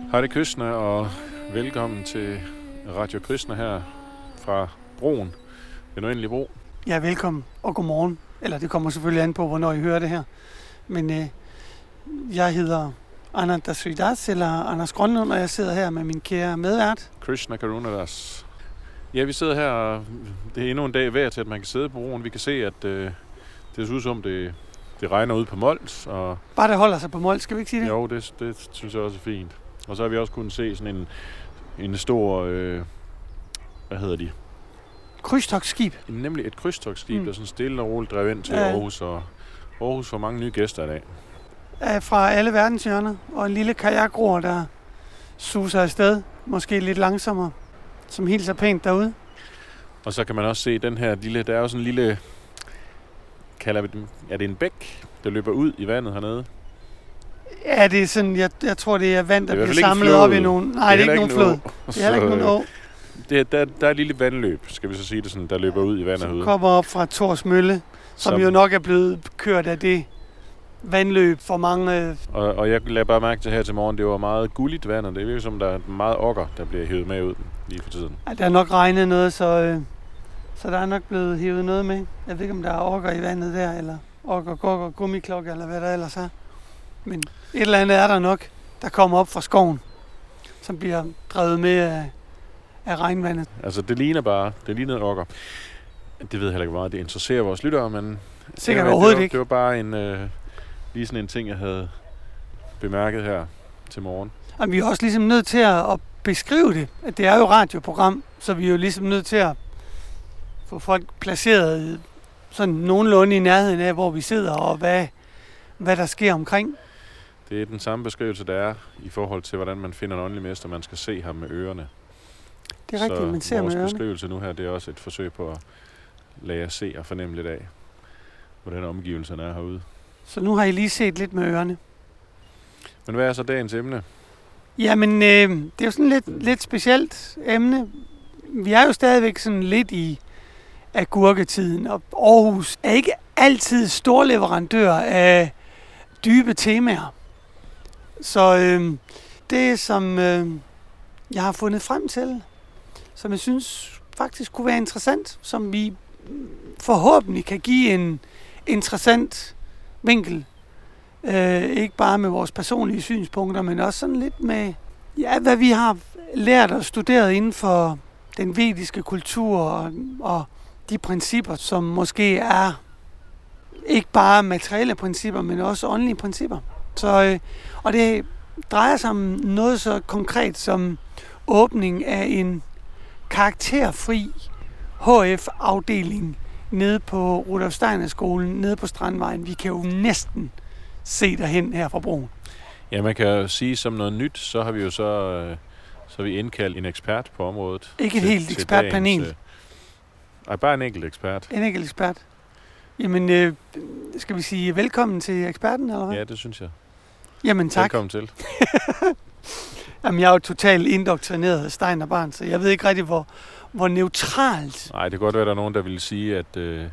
Hare Krishna og velkommen til Radio Krishna her fra broen, den uendelige bro. Ja, velkommen og godmorgen. Eller det kommer selvfølgelig an på, hvornår I hører det her. Men jeg hedder Ananta Sridas, eller Anders Grønlund, og jeg sidder her med min kære medvært. Krishna Karunadas. Ja, vi sidder her, og det er endnu en dag værd til, at man kan sidde på broen. Vi kan se, at det ser ud som, det regner ud på Mols. Og Bare det holder sig på Mols, skal vi ikke sige det? Jo, det synes jeg også er fint. Og så har vi også kunnet se sådan en stor, hvad hedder de? Krydstogtskib. Nemlig et krydstogtskib, der sådan stille og roligt drev ind til Aarhus. Og Aarhus får mange nye gæster i dag. Fra alle verdenshjørner, og en lille kajakroer, der suser afsted, måske lidt langsommere, som hilser pænt derude. Og så kan man også se den her lille, der er jo sådan en lille, kalder vi den, er det en bæk, der løber ud i vandet hernede? Ja, det er sådan, jeg tror, det er vand, der bliver samlet op i nogen. Nej, det er ikke nogen flod. Det er heller ikke nogen å. Der er et lille vandløb, skal vi så sige det sådan, der løber ud i vandet herude. Som kommer op fra Tors Mølle, som jo nok er blevet kørt af det vandløb for mange. Og jeg lader bare mærke til her til morgen, det var meget gulligt vand, og det virker som, der er meget okker, der bliver hævet med ud lige for tiden. Ja, der er nok regnet noget, så der er nok blevet hævet noget med. Jeg ved ikke, om der er okker i vandet der, eller okker, gokker, gummiklokker, eller hvad der ellers er. Men et eller andet er der nok, der kommer op fra skoven, som bliver drevet med af regnvandet. Altså, det ligner okker. Det ved jeg heller ikke, hvor meget det interesserer vores lyttere, men sikkert overhovedet ikke. Det var bare lige sådan en ting, jeg havde bemærket her til morgen. Og vi er også ligesom nødt til at beskrive det. At det er jo et radioprogram, så vi er jo ligesom nødt til at få folk placeret sådan nogenlunde i nærheden af, hvor vi sidder, og hvad der sker omkring. Det er den samme beskrivelse, der er i forhold til, hvordan man finder en åndelig mester. Man skal se ham med ørerne. Det er rigtigt, man ser med ørerne. Så vores beskrivelse nu her, det er også et forsøg på at lade jer se og fornemme lidt af, hvordan omgivelserne er herude. Så nu har I lige set lidt med ørerne. Men hvad er så dagens emne? Jamen, det er jo sådan lidt specielt emne. Vi er jo stadigvæk sådan lidt i agurketiden, og Aarhus er ikke altid storleverandør af dybe temaer. Så det, som jeg har fundet frem til, som jeg synes faktisk kunne være interessant, som vi forhåbentlig kan give en interessant vinkel, ikke bare med vores personlige synspunkter, men også sådan lidt med, hvad vi har lært og studeret inden for den vediske kultur og de principper, som måske er ikke bare materielle principper, men også åndelige principper. Så, og det drejer sig om noget så konkret som åbning af en karakterfri HF-afdeling nede på Rudolf Steiner skolen, nede på Strandvejen. Vi kan jo næsten se derhen her fra broen. Ja, man kan jo sige som noget nyt, så har vi jo så vi indkaldt en ekspert på området. Ikke et helt ekspertpanel. Bare en enkelt ekspert. En enkelt ekspert. Jamen, skal vi sige velkommen til eksperten, eller hvad? Ja, det synes jeg. Jamen, tak. Velkommen til. Jamen, jeg er jo totalt indoktrineret Steiner-barn, så jeg ved ikke rigtig, hvor neutralt. Nej, det kan godt være, at der er nogen, der vil sige, at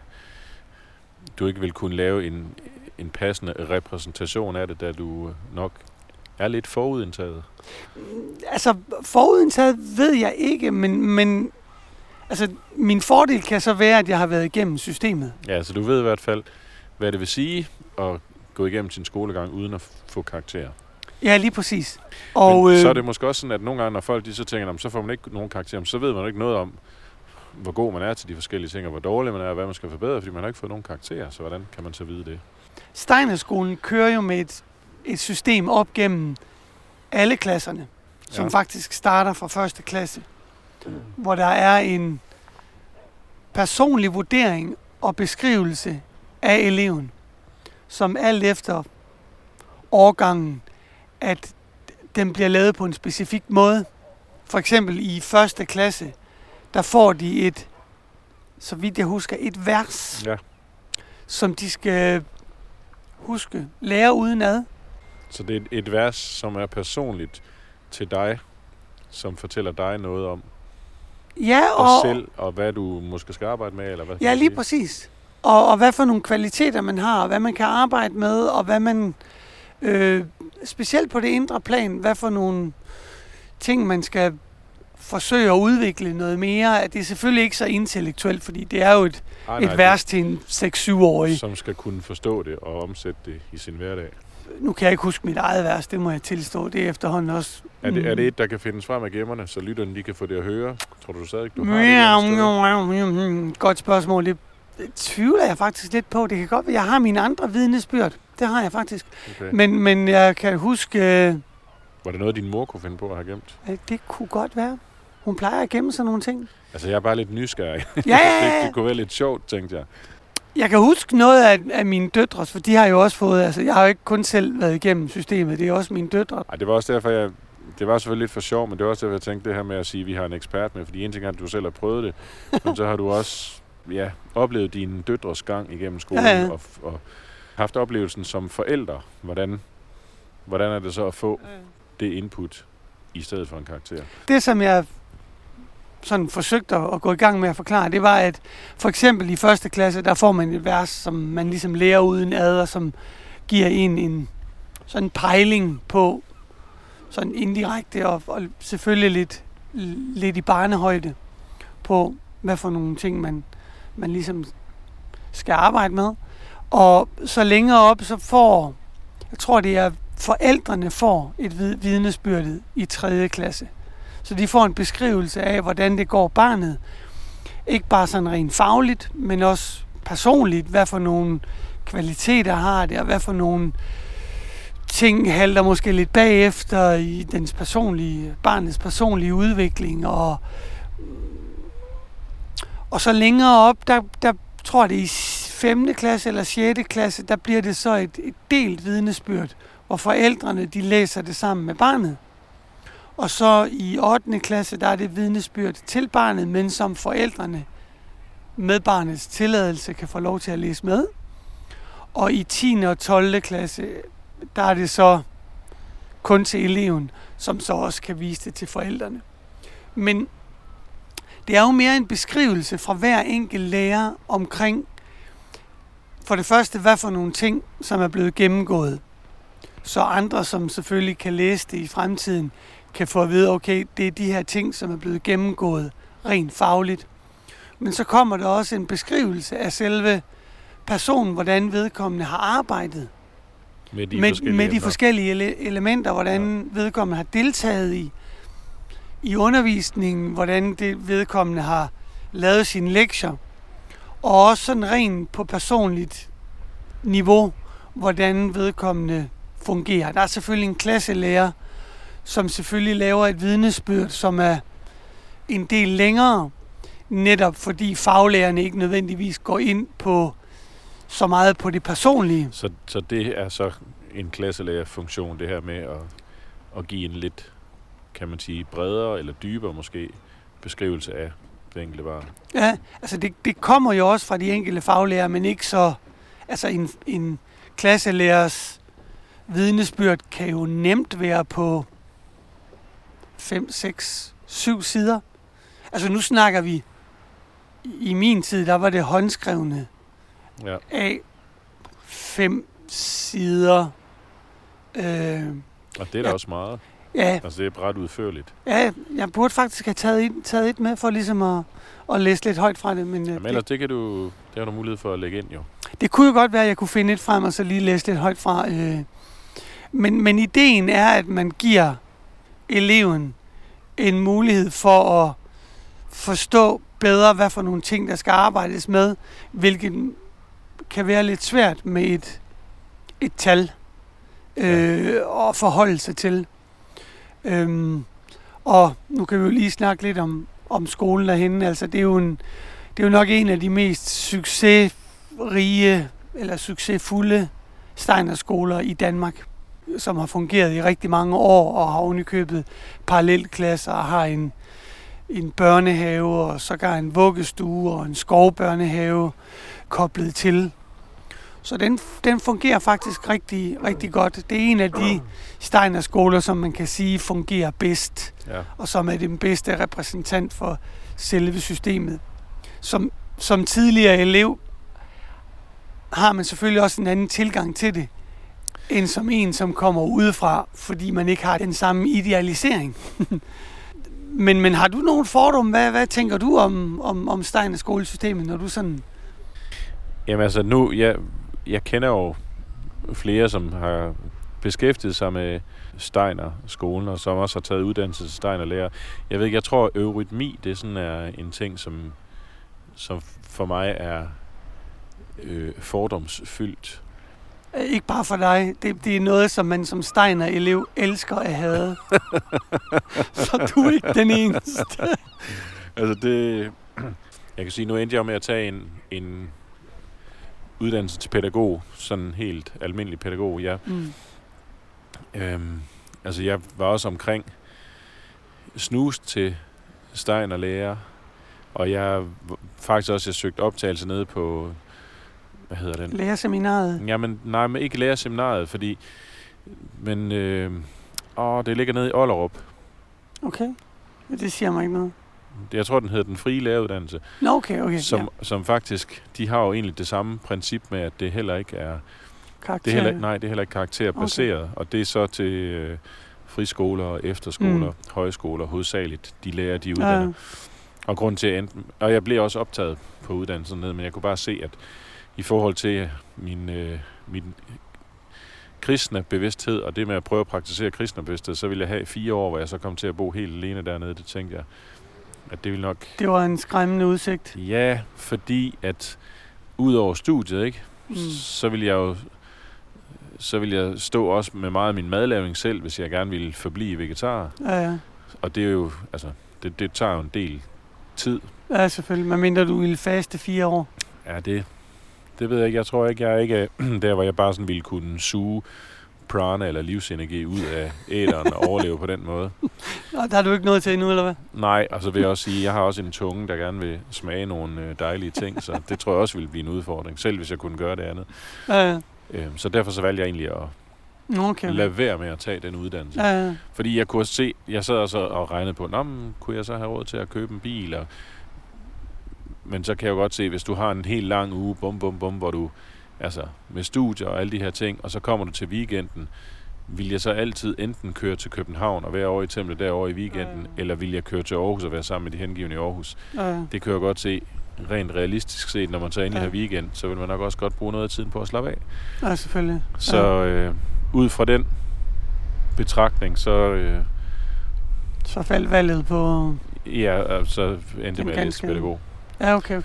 du ikke vil kunne lave en passende repræsentation af det, da du nok er lidt forudindtaget. Altså, forudindtaget ved jeg ikke, men altså, min fordel kan så være, at jeg har været igennem systemet. Ja, så du ved i hvert fald, hvad det vil sige at gå igennem sin skolegang uden at få karakterer. Ja, lige præcis. Og så er det måske også sådan, at nogle gange, når folk de så tænker, så får man ikke nogen karakterer, så ved man ikke noget om, hvor god man er til de forskellige ting, og hvor dårlig man er, og hvad man skal forbedre, fordi man har ikke fået nogen karakterer. Så hvordan kan man så vide det? Steinerskolen kører jo med et system op gennem alle klasserne, som faktisk starter fra 1. klasse, hvor der er en personlig vurdering og beskrivelse af eleven, som alt efter årgangen, at den bliver lavet på en specifik måde. For eksempel i 1. klasse, der får de så vidt jeg husker, et vers, som de skal lære udenad. Så det er et vers, som er personligt til dig, som fortæller dig noget om dig selv, og hvad du måske skal arbejde med, eller hvad? Ja, lige præcis. Og hvad for nogle kvaliteter man har, og hvad man kan arbejde med, og hvad man, specielt på det indre plan, hvad for nogle ting, man skal forsøge at udvikle noget mere, at det er selvfølgelig ikke så intellektuelt, fordi det er jo et vers til en 6-7-årig. Som skal kunne forstå det og omsætte det i sin hverdag. Nu kan jeg ikke huske mit eget vers, det må jeg tilstå. Det er efterhånden også... Er det et, der kan findes frem af gemmerne, så lytterne de kan få det at høre? Tror du stadig, du har det? Godt spørgsmål. Det tvivler jeg faktisk lidt på. Det kan godt være, jeg har mine andre vidnesbyrd. Det har jeg faktisk. Okay. Men jeg kan huske... Var det noget, din mor kunne finde på at have gemt? Det kunne godt være. Hun plejer at gemme sådan nogle ting. Altså, jeg er bare lidt nysgerrig. Ja. det kunne være lidt sjovt, tænkte jeg. Jeg kan huske noget af mine døtres, for de har jo også fået... Altså, jeg har jo ikke kun selv været igennem systemet. Det er også mine døtre. Ej, det var også derfor, det var selvfølgelig lidt for sjov, men det var også derfor, jeg tænkte det her med at sige, at vi har en ekspert med. Fordi en ting er, at du selv har prøvet det, men så har du også oplevet dine døtres gang igennem skolen og haft oplevelsen som forældre. Hvordan er det så at få det input i stedet for en karakter? Det, som jeg sådan forsøgte at gå i gang med at forklare, det var, at for eksempel i 1. klasse, der får man et vers, som man ligesom lærer uden ad, og som giver en sådan pejling på, sådan indirekte og selvfølgelig lidt i barnehøjde på, hvad for nogle ting man ligesom skal arbejde med. Og så længere op, så får, jeg tror det er, forældrene får et vidnesbyrd i 3. klasse. Så de får en beskrivelse af, hvordan det går barnet. Ikke bare sådan rent fagligt, men også personligt. Hvad for nogle kvaliteter har det, og hvad for nogle ting halter måske lidt bagefter i barnets personlige udvikling. Og så længere op, der tror jeg det i 5. klasse eller 6. klasse, der bliver det så et delt vidnesbyrd, hvor forældrene de læser det sammen med barnet. Og så i 8. klasse, der er det vidnesbyrd til barnet, men som forældrene med barnets tilladelse kan få lov til at læse med. Og i 10. og 12. klasse, der er det så kun til eleven, som så også kan vise det til forældrene. Men det er jo mere en beskrivelse fra hver enkelt lærer omkring, for det første, hvad for nogle ting, som er blevet gennemgået. Så andre, som selvfølgelig kan læse det i fremtiden, kan få at vide, okay, det er de her ting, som er blevet gennemgået rent fagligt. Men så kommer der også en beskrivelse af selve personen, hvordan vedkommende har arbejdet med de forskellige elementer, hvordan vedkommende har deltaget i undervisningen, hvordan det vedkommende har lavet sine lektier, og også sådan rent på personligt niveau, hvordan vedkommende fungerer. Der er selvfølgelig en klasselærer, som selvfølgelig laver et vidnesbyrd, som er en del længere, netop fordi faglærerne ikke nødvendigvis går ind på så meget på det personlige. Så det er så en klasselærerfunktion, det her med at give en lidt, kan man sige, bredere eller dybere måske beskrivelse af det enkelte barn. Ja, altså det kommer jo også fra de enkelte faglærer, men ikke så... Altså en klasselærers vidnesbyrd kan jo nemt være på 5, 6, 7 sider. Altså nu snakker vi, i min tid, der var det håndskrevne af 5 sider. Og det er da også meget. Ja. Altså det er ret udførligt. Ja, jeg burde faktisk have taget et med for ligesom at læse lidt højt fra det. Men ellers det har du mulighed for at lægge ind jo. Det kunne jo godt være, at jeg kunne finde et frem og så lige læse lidt højt fra. Men ideen er, at man giver eleven en mulighed for at forstå bedre, hvad for nogle ting, der skal arbejdes med, hvilket kan være lidt svært med et tal at forholde sig til. Og nu kan vi jo lige snakke lidt om skolen derhenne. Altså, det er jo nok en af de mest succesrige eller succesfulde Steiner-skoler i Danmark, som har fungeret i rigtig mange år og har ovenikøbet parallelklasser og har en børnehave og sågar en vuggestue og en skovbørnehave koblet til. Så den fungerer faktisk rigtig, rigtig godt. Det er en af de Steiner-skoler, som man kan sige fungerer bedst, og som er den bedste repræsentant for selve systemet. Som tidligere elev har man selvfølgelig også en anden tilgang til det. end som en, som kommer udefra, fordi man ikke har den samme idealisering. men har du nogen fordom? Hvad tænker du om Steiner skolesystemet, når du sådan... Jamen altså nu, jeg kender jo flere, som har beskæftiget sig med Steiner-skolen, og som også har taget uddannelse til Steiner-lærer. Jeg ved ikke, jeg tror, eurytmi, det sådan er en ting, som for mig er fordomsfyldt. Ikke bare for dig. Det er noget, som man som Steiner-elev elsker at have. Så du er ikke den eneste. Altså det... Jeg kan sige, nu endte jeg med at tage en uddannelse til pædagog, sådan helt almindelig pædagog, ja. Altså jeg var også omkring snus til Steiner-lærer, og jeg søgte optagelse nede på, hvad hedder den? Lærerseminaret? Jamen, nej, men ikke lærerseminaret, fordi, men, det ligger nede i Ollerup. Okay, det siger mig ikke noget. Jeg tror, den hedder den frie læreruddannelse. Nå, okay. Som faktisk, de har jo egentlig det samme princip med, at det heller ikke er... Karakter? Det er heller ikke karakterbaseret, okay. Og det er så til friskoler og efterskoler, højskoler hovedsageligt, de lærer, de uddanner. Ja. Og grund til at og jeg blev også optaget på uddannelsen ned, men jeg kunne bare se, at i forhold til min kristne bevidsthed, og det med at prøve at praktisere kristne bevidsthed, så ville jeg have 4 år, hvor jeg så kom til at bo helt alene dernede. Det tænkte jeg, at det ville nok... Det var en skræmmende udsigt. Ja, fordi at ud over studiet, ikke, så ville jeg stå også med meget af min madlavning selv, hvis jeg gerne ville forblive vegetar. Ja. Og det er jo, altså, det tager jo en del tid. Ja, selvfølgelig. Men mindre du ville faste 4 år. Ja, det ved jeg ikke. Jeg tror ikke, jeg er ikke der, hvor jeg bare sådan ville kunne suge prana eller livsenergi ud af æteren og overleve på den måde. Nå, der har du ikke noget til endnu, eller hvad? Nej, og så vil jeg også sige, at jeg har også en tunge, der gerne vil smage nogle dejlige ting, så det tror jeg også ville blive en udfordring, selv hvis jeg kunne gøre det andet. Ja. Så derfor så valgte jeg egentlig at lade være med at tage den uddannelse. Ja. Fordi jeg kunne se, jeg sad også og regnede på, kunne jeg så have råd til at købe en bil? Men så kan jeg jo godt se, hvis du har en helt lang uge, hvor du, altså med studier og alle de her ting, og så kommer du til weekenden, vil jeg så altid enten køre til København og være over i templet derovre i weekenden, eller vil jeg køre til Aarhus og være sammen med de hengivne i Aarhus? Det kan jeg godt se. Rent realistisk set, når man tager ind i her weekend, så vil man nok også godt bruge noget af tiden på at slappe af. Ja, selvfølgelig. Så ud fra den betragtning, så faldt valget på... Ja, så endte med at læse pædagog. Ja, okay.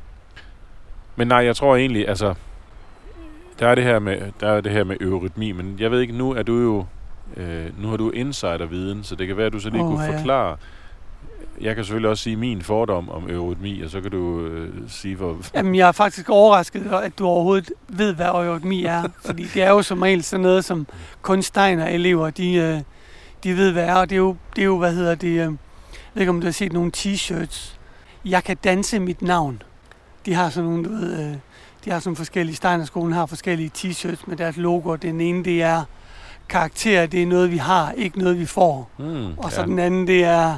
Men nej, jeg tror egentlig, altså, der er det her med eurytmi, men jeg ved ikke, nu er du jo, nu har du insiderviden, så det kan være, at du så lige kunne forklare. Jeg kan selvfølgelig også sige min fordom om eurytmi, og så kan du sige, hvor... Jamen, jeg er faktisk overrasket, at du overhovedet ved, hvad eurytmi er. Fordi det er jo som regel sådan noget, som kun Steiner-elever, de ved, hvad er. Og det er jo hvad hedder det... Jeg ved ikke, om du har set nogle t-shirts. Jeg kan danse mit navn. De har sådan nogle, du ved... De har sådan forskellige... Steiner-skolen har forskellige t-shirts med deres logo. Den ene, det er karakter, det er noget, vi har, ikke noget, vi får. Og så den anden, det er...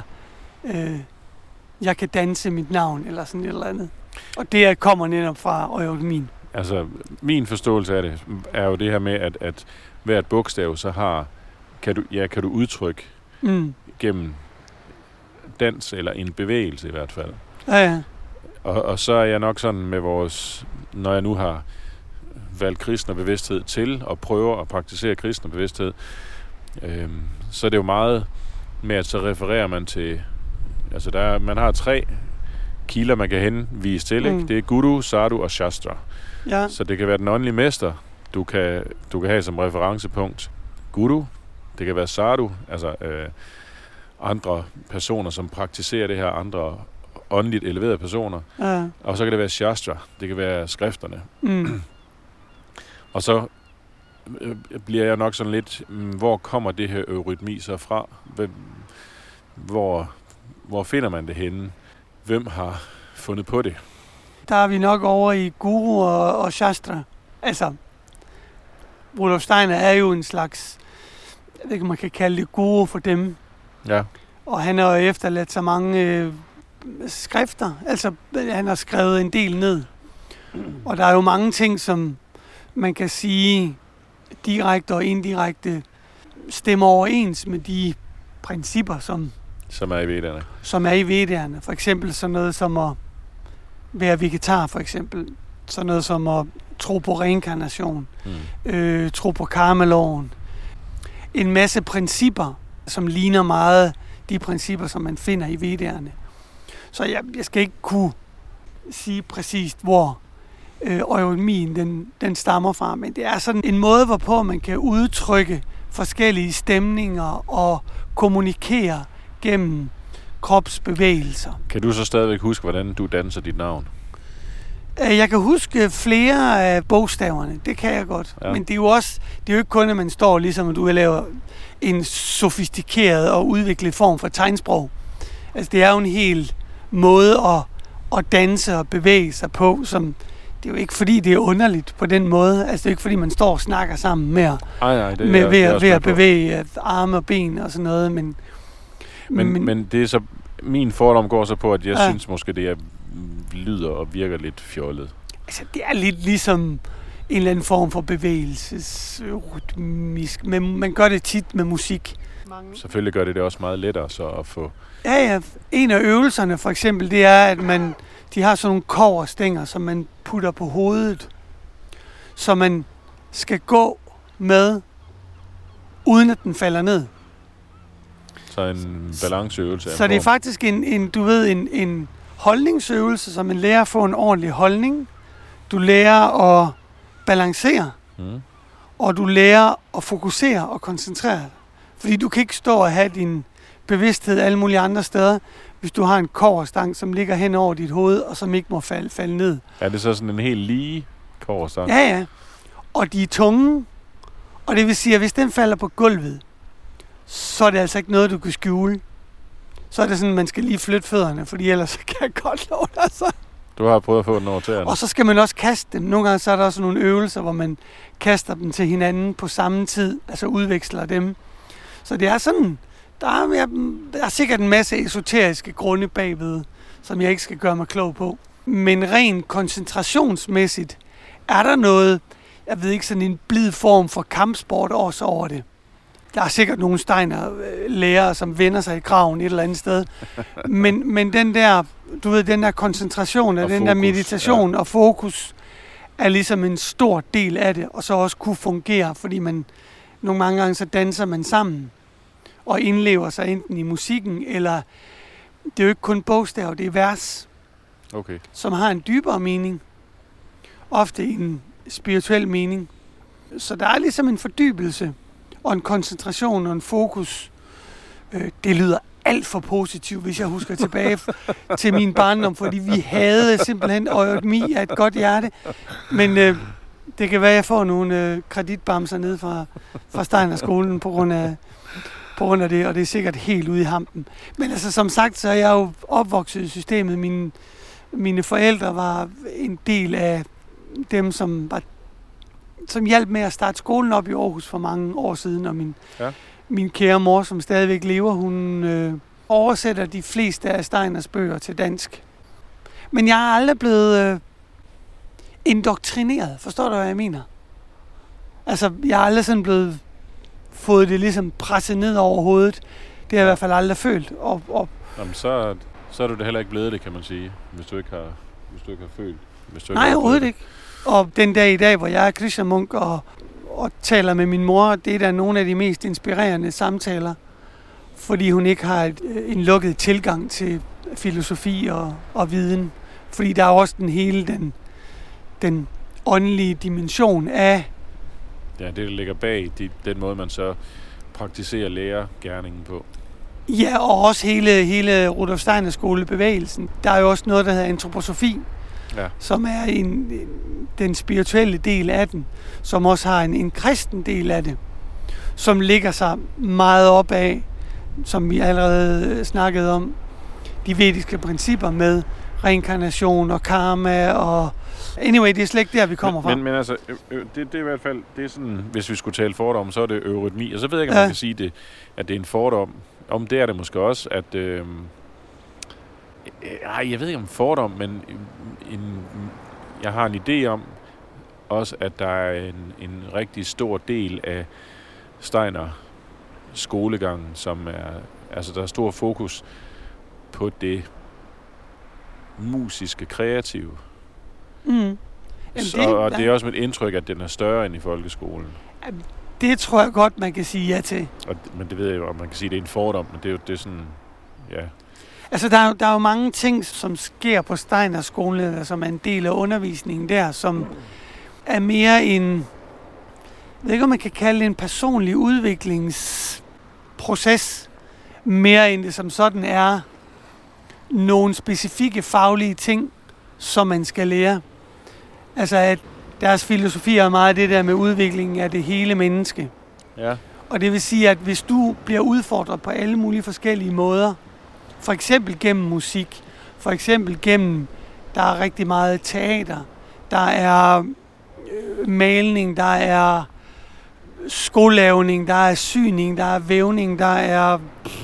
jeg kan danse mit navn, eller sådan et eller andet. Og det kommer netop fra eurytmien. Altså, min forståelse af det er jo det her med, at hvert bogstav så kan du udtrykke gennem dans, eller en bevægelse i hvert fald. Ja. Og så er jeg nok sådan med når jeg nu har valgt kristen og bevidsthed til, og prøver at praktisere kristen og bevidsthed, så er det jo meget med, at så refererer man til... Altså, man har 3 kilder, man kan henvise til, ikke? Det er Guru, Sadhu og Shastra. Ja. Så det kan være den åndelige mester, du kan have som referencepunkt. Guru, det kan være Sadhu, altså andre personer, som praktiserer det her, andre åndeligt eleverede personer. Ja. Og så kan det være Shastra, det kan være skrifterne. Og så bliver jeg nok sådan lidt, hvor kommer det her eurytmi så fra? Hvor finder man det henne? Hvem har fundet på det? Der er vi nok over i Guru og Shastra. Altså, Rudolf Steiner er jo en slags, jeg ved ikke, man kan kalde det guru for dem. Ja. Og han har jo efterladt så mange skrifter. Altså, han har skrevet en del ned. Og der er jo mange ting, som man kan sige, direkte og indirekte stemmer overens med de principper, som er i Vedderne. Som er i Vedderne. For eksempel sådan noget som at være vegetar, for eksempel. Sådan noget som at tro på reinkarnation. Tro på karmaloven. En masse principper, som ligner meget de principper, som man finder i Vedderne. Så jeg skal ikke kunne sige præcist, hvor eurytmien den stammer fra, men det er sådan en måde, hvorpå man kan udtrykke forskellige stemninger og kommunikere gennem kropsbevægelser. Kan du så stadigvæk huske, hvordan du danser dit navn? Jeg kan huske flere af bogstaverne, det kan jeg godt. Ja. Men det er jo ikke kun, at man står ligesom, at du laver en sofistikeret og udviklet form for tegnsprog. Altså det er jo en hel måde at danse og bevæge sig på, som det er jo ikke fordi, det er underligt på den måde. Altså det er ikke fordi, man står og snakker sammen med ved at bevæge arme og ben og sådan noget. Men det er så, min fordom går så på, at jeg synes måske, det er lyder og virker lidt fjollet. Altså det er lidt ligesom en eller anden form for bevægelsesrytmisk, men man gør det tit med musik. Selvfølgelig gør det også meget lettere så at få... Ja. En af øvelserne for eksempel, det er, at de har sådan nogle kobberstænger, som man putter på hovedet, så man skal gå med, uden at den falder ned. Så en balanceøvelse. Så det er faktisk en holdningsøvelse, så man lærer at få en ordentlig holdning. Du lærer at balancere, og du lærer at fokusere og koncentrere dig. Fordi du kan ikke stå og have din bevidsthed alle mulige andre steder, hvis du har en kobberstang, som ligger hen over dit hoved, og som ikke må falde ned. Er det så sådan en helt lige kobberstang? Ja. Og de er tunge, og det vil sige, at hvis den falder på gulvet, så er det altså ikke noget, du kan skjule. Så er det sådan, at man skal lige flytte fødderne, fordi ellers kan jeg godt love dig så. Du har prøvet at få den over tæerne. Og så skal man også kaste dem. Nogle gange så er der også nogle øvelser, hvor man kaster dem til hinanden på samme tid, altså udveksler dem. Så det er sådan, der er sikkert en masse esoteriske grunde bagved, som jeg ikke skal gøre mig klog på. Men rent koncentrationsmæssigt er der noget, jeg ved ikke, sådan en blid form for kampsport også over det. Der er sikkert nogle Steiner-lærere, som vender sig i graven et eller andet sted. Men den der, du ved, den der koncentration og den fokus, der meditation og fokus er ligesom en stor del af det, og så også kunne fungere, fordi nogle mange gange så danser man sammen og indlever sig enten i musikken, eller det er jo ikke kun bogstaver, det er vers, som har en dybere mening, ofte en spirituel mening. Så der er ligesom en fordybelse og en koncentration og en fokus. Det lyder alt for positivt, hvis jeg husker tilbage til min barndom, fordi vi havde simpelthen eurytmi af et godt hjerte. Men det kan være, at jeg får nogle kreditbamser ned fra Steiner-skolen på grund af det, og det er sikkert helt ude i hampen. Men altså, som sagt, så er jeg jo opvokset i systemet. Mine forældre var en del af dem, som hjalp med at starte skolen op i Aarhus for mange år siden, og min kære mor, som stadigvæk lever, hun oversætter de fleste af Steiners bøger til dansk. Men jeg er aldrig blevet indoktrineret. Forstår du, hvad jeg mener? Altså, jeg er aldrig sådan blevet fået det ligesom presset ned over hovedet. Det har jeg i hvert fald aldrig følt. Jamen, så er du det heller ikke blevet det, kan man sige, hvis du ikke har følt. Nej, overhovedet ikke. Og den dag i dag, hvor jeg er Krishnamunk og taler med min mor, det er da nogle af de mest inspirerende samtaler, fordi hun ikke har en lukket tilgang til filosofi og viden. Fordi der er også den åndelige dimension af... Ja, det der ligger bag den måde, man så praktiserer lærergerningen på. Ja, og også hele Rudolf Steiner skolebevægelsen. Der er jo også noget, der hedder antroposofi, som er den spirituelle del af den, som også har en kristen del af det, som ligger sig meget op af, som vi allerede snakkede om, de vediske principper med reinkarnation og karma og... Anyway, det er slet ikke der, vi kommer fra. Men altså, det er i hvert fald, det er sådan, hvis vi skulle tale fordom, så er det eurytmi, og så ved jeg ikke, om man kan sige det, at det er en fordom. Om det er det måske også, at... jeg ved ikke om fordom, men jeg har en idé om, også, at der er en rigtig stor del af Steiner skolegangen, som er, altså der er stor fokus på det musiske, kreative. Mm. Og det er også mit indtryk, at den er større end i folkeskolen. Det tror jeg godt, man kan sige ja til. Men det ved jeg jo, om man kan sige, det er en fordom, men det er sådan, ja. Altså, der er jo mange ting, som sker på Steiner-skolen, eller som er en del af undervisningen der, som er mere en, jeg ved ikke, om man kan kalde det en personlig udviklingsproces, mere end det som sådan er nogle specifikke faglige ting, som man skal lære. Altså, at deres filosofi er meget det der med udviklingen af det hele menneske. Ja. Og det vil sige, at hvis du bliver udfordret på alle mulige forskellige måder, for eksempel gennem musik, for eksempel gennem, der er rigtig meget teater, der er malning, der er skolavning, der er syning, der er vævning, der er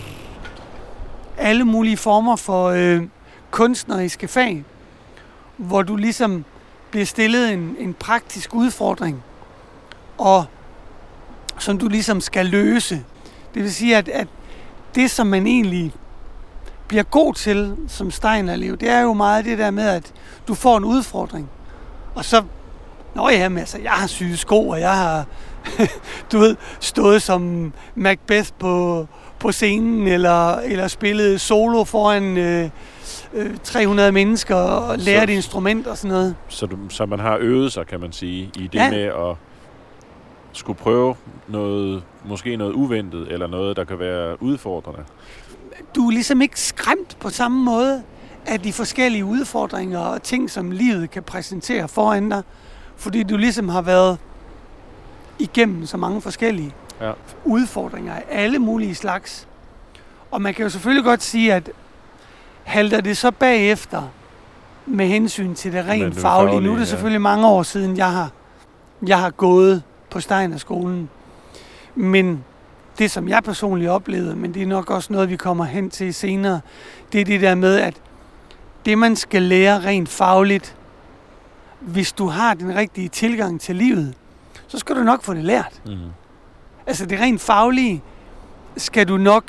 alle mulige former for kunstneriske fag, hvor du ligesom bliver stillet en praktisk udfordring, og som du ligesom skal løse. Det vil sige, at det, som man egentlig bliver god til som Steiner-elev, det er jo meget det der med, at du får en udfordring. Og så, altså, jeg har syet sko, og jeg har, stået som Macbeth på scenen, eller spillet solo foran 300 mennesker og lært et instrument og sådan noget. Så man har øvet sig, kan man sige, i det med at skulle prøve noget, måske noget uventet, eller noget, der kan være udfordrende. Du er ligesom ikke skræmt på samme måde af de forskellige udfordringer og ting, som livet kan præsentere foran dig, fordi du ligesom har været igennem så mange forskellige udfordringer af alle mulige slags. Og man kan jo selvfølgelig godt sige, at halter det så bagefter med hensyn til det rent faglige. Nu er det selvfølgelig mange år siden, jeg har gået på Steiner-skolen. Men det, som jeg personligt oplevede, men det er nok også noget, vi kommer hen til senere, det er det der med, at det, man skal lære rent fagligt, hvis du har den rigtige tilgang til livet, så skal du nok få det lært. Mm. Altså det rent faglige skal du nok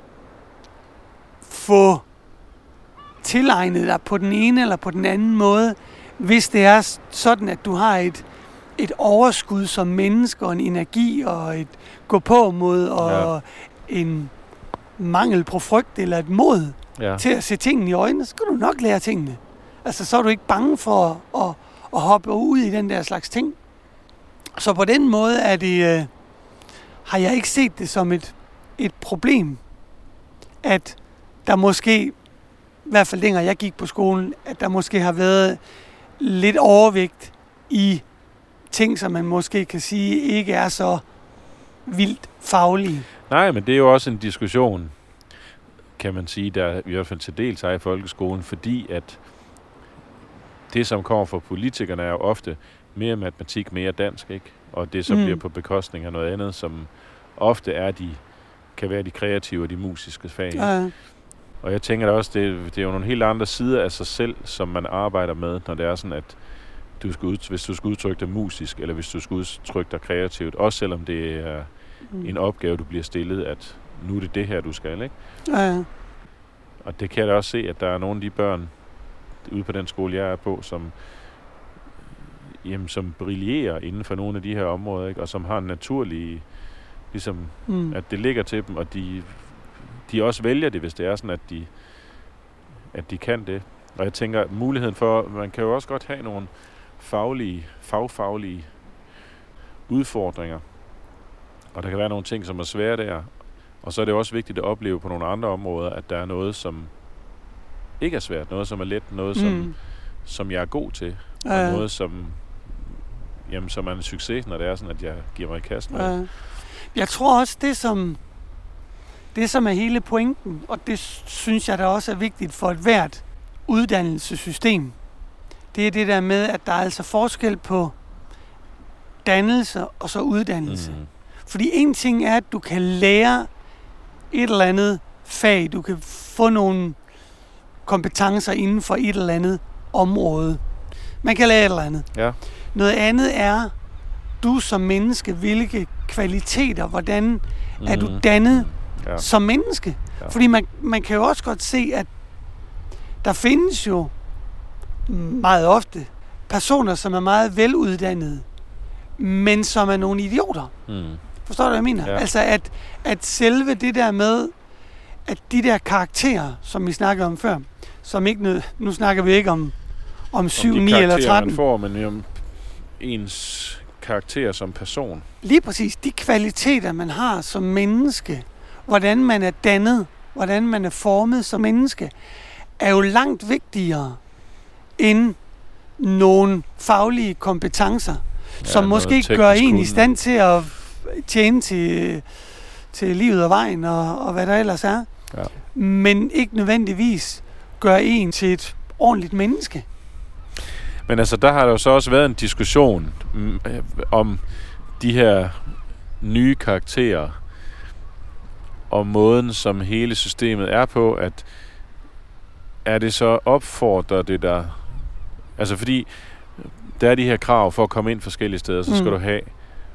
få tilegnet dig på den ene eller på den anden måde, hvis det er sådan, at du har et overskud som menneske og en energi og et gå på mod og en mangel på frygt eller et mod til at se tingene i øjnene, så skal du nok lære tingene. Altså så er du ikke bange for at hoppe ud i den der slags ting. Så på den måde er det, har jeg ikke set det som et problem, at der måske, i hvert fald dengang jeg gik på skolen, at der måske har været lidt overvægt i ting, som man måske kan sige ikke er så vildt faglige. Nej, men det er jo også en diskussion, kan man sige, der i hvert fald til dels er i folkeskolen, fordi at det, som kommer fra politikerne, er jo ofte mere matematik, mere dansk, ikke? Og det så bliver på bekostning af noget andet, som ofte kan være de kreative og de musiske fag. Ja. Og jeg tænker da også, det er jo nogle helt andre sider af sig selv, som man arbejder med, når det er sådan, at hvis du skal udtrykke dig musisk, eller hvis du skal udtrykke dig kreativt, også selvom det er en opgave, du bliver stillet, at nu er det her, du skal, ikke? Ja. Og det kan jeg da også se, at der er nogle af de børn ude på den skole, jeg er på, som brillerer inden for nogle af de her områder, ikke? Og som har en naturlig, ligesom, at det ligger til dem, og de også vælger det, hvis det er sådan, at de kan det. Og jeg tænker, muligheden for, man kan jo også godt have nogle fagfaglige udfordringer, og der kan være nogle ting, som er svære der. Og så er det også vigtigt at opleve på nogle andre områder, at der er noget, som ikke er svært, noget, som er let, noget, som jeg er god til, og noget, som er en succes, når det er sådan, at jeg giver mig i kast med. Jeg tror også, det som er hele pointen, og det synes jeg da også er vigtigt for et hvert uddannelsessystem, det er det der med, at der er altså forskel på dannelse og så uddannelse. Mm. Fordi en ting er, at du kan lære et eller andet fag, du kan få nogle kompetencer inden for et eller andet område. Man kan lære et eller andet. Ja. Noget andet er, du som menneske, hvilke kvaliteter, hvordan er du dannet som menneske? Ja. Fordi man kan jo også godt se, at der findes jo meget ofte personer, som er meget veluddannede, men som er nogle idioter. Forstår du, hvad jeg mener? Ja. Altså, at selve det der med, at de der karakterer, som vi snakkede om før, som ikke nu snakker vi ikke om 7, 9 eller 13. Man får, men om ens karakter som person. Lige præcis. De kvaliteter, man har som menneske, hvordan man er dannet, hvordan man er formet som menneske, er jo langt vigtigere end nogle faglige kompetencer, som måske gør en i stand til at tjene til livet og vejen og hvad der ellers er. Ja. Men ikke nødvendigvis gør en til et ordentligt menneske. Men altså, der har der jo så også været en diskussion om de her nye karakterer, og måden, som hele systemet er på, at er det så opfordrer det der... Altså, fordi der er de her krav for at komme ind forskellige steder, så skal du have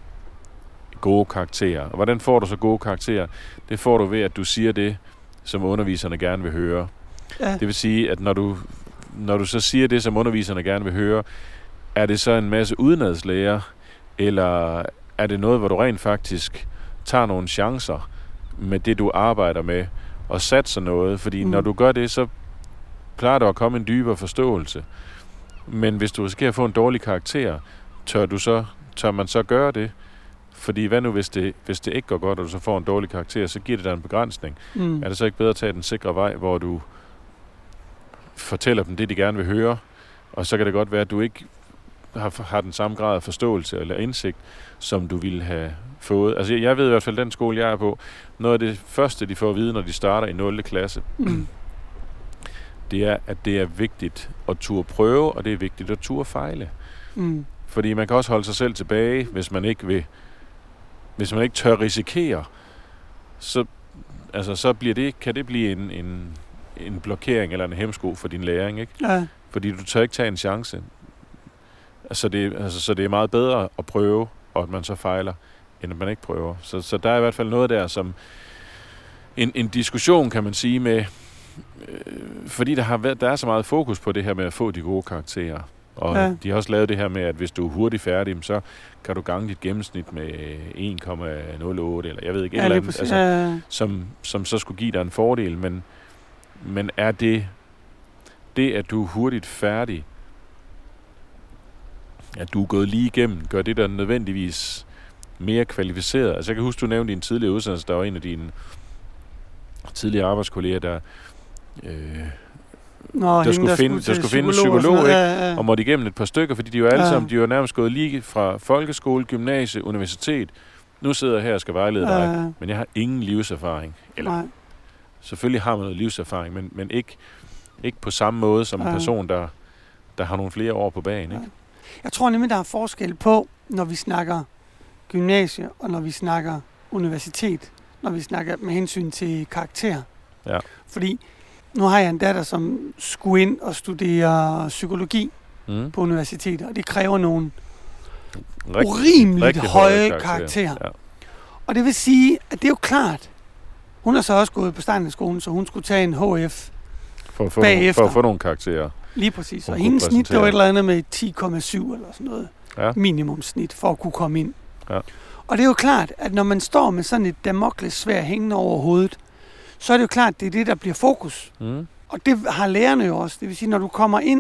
gode karakterer. Og hvordan får du så gode karakterer? Det får du ved, at du siger det, som underviserne gerne vil høre. Ja. Det vil sige, at når du så siger det, som underviserne gerne vil høre, er det så en masse udenadslærer, eller er det noget, hvor du rent faktisk tager nogle chancer med det, du arbejder med, og satser noget? Fordi når du gør det, så plejer der at komme en dybere forståelse. Men hvis du risikerer at få en dårlig karakter, tør man så gøre det? Fordi hvad nu, hvis det ikke går godt, og du så får en dårlig karakter, så giver det dig en begrænsning. Er det så ikke bedre at tage den sikre vej, hvor du fortæller dem det, de gerne vil høre, og så kan det godt være, at du ikke har den samme grad af forståelse eller indsigt, som du ville have fået. Altså jeg ved i hvert fald, den skole, jeg er på, noget af det første, de får at vide, når de starter i 0. klasse, det er, at det er vigtigt at turde prøve, og det er vigtigt at turde fejle. Fordi man kan også holde sig selv tilbage, hvis man ikke tør risikere, så kan det blive en blokering eller en hæmsko for din læring, ikke? Ja. Fordi du tør ikke tage en chance. Så det er meget bedre at prøve, og at man så fejler, end at man ikke prøver. Så der er i hvert fald noget der, som en diskussion, kan man sige, med fordi der er så meget fokus på det her med at få de gode karakterer. Og de har også lavet det her med, at hvis du er hurtigt færdig, så kan du gange dit gennemsnit med 1,08, eller jeg ved ikke, et eller andet, altså, som så skulle give dig en fordel. Men er det, at du er hurtigt færdig, at du er gået lige igennem, gør det der nødvendigvis mere kvalificeret? Altså jeg kan huske, du nævnte i en tidligere udsendelse, der var en af dine tidligere arbejdskolleger, der skulle finde en psykolog, og måtte igennem et par stykker, fordi de jo alle sammen, de jo nærmest gået lige fra folkeskole, gymnasie, universitet. Nu sidder jeg her og skal vejlede dig, men jeg har ingen livserfaring. Eller selvfølgelig har man noget livserfaring, men ikke på samme måde som en person, der har nogle flere år på bagen. Ikke? Jeg tror nemlig, der er forskel på, når vi snakker gymnasie, og når vi snakker universitet, når vi snakker med hensyn til karakter. Ja. Fordi nu har jeg en datter, som skulle ind og studere psykologi på universitetet, og det kræver nogle urimeligt høje karakterer. Ja. Og det vil sige, at det er jo klart, hun har så også gået på Steinerskolen, så hun skulle tage en HF bagefter. For at få nogle karakterer. Lige præcis. Og hendes snit var et eller andet med 10,7 eller sådan noget. Ja. Minimumsnit for at kunne komme ind. Ja. Og det er jo klart, at når man står med sådan et Damokles-sværd hængende over hovedet, så er det jo klart, at det er det, der bliver fokus. Og det har lærerne jo også. Det vil sige, når du kommer ind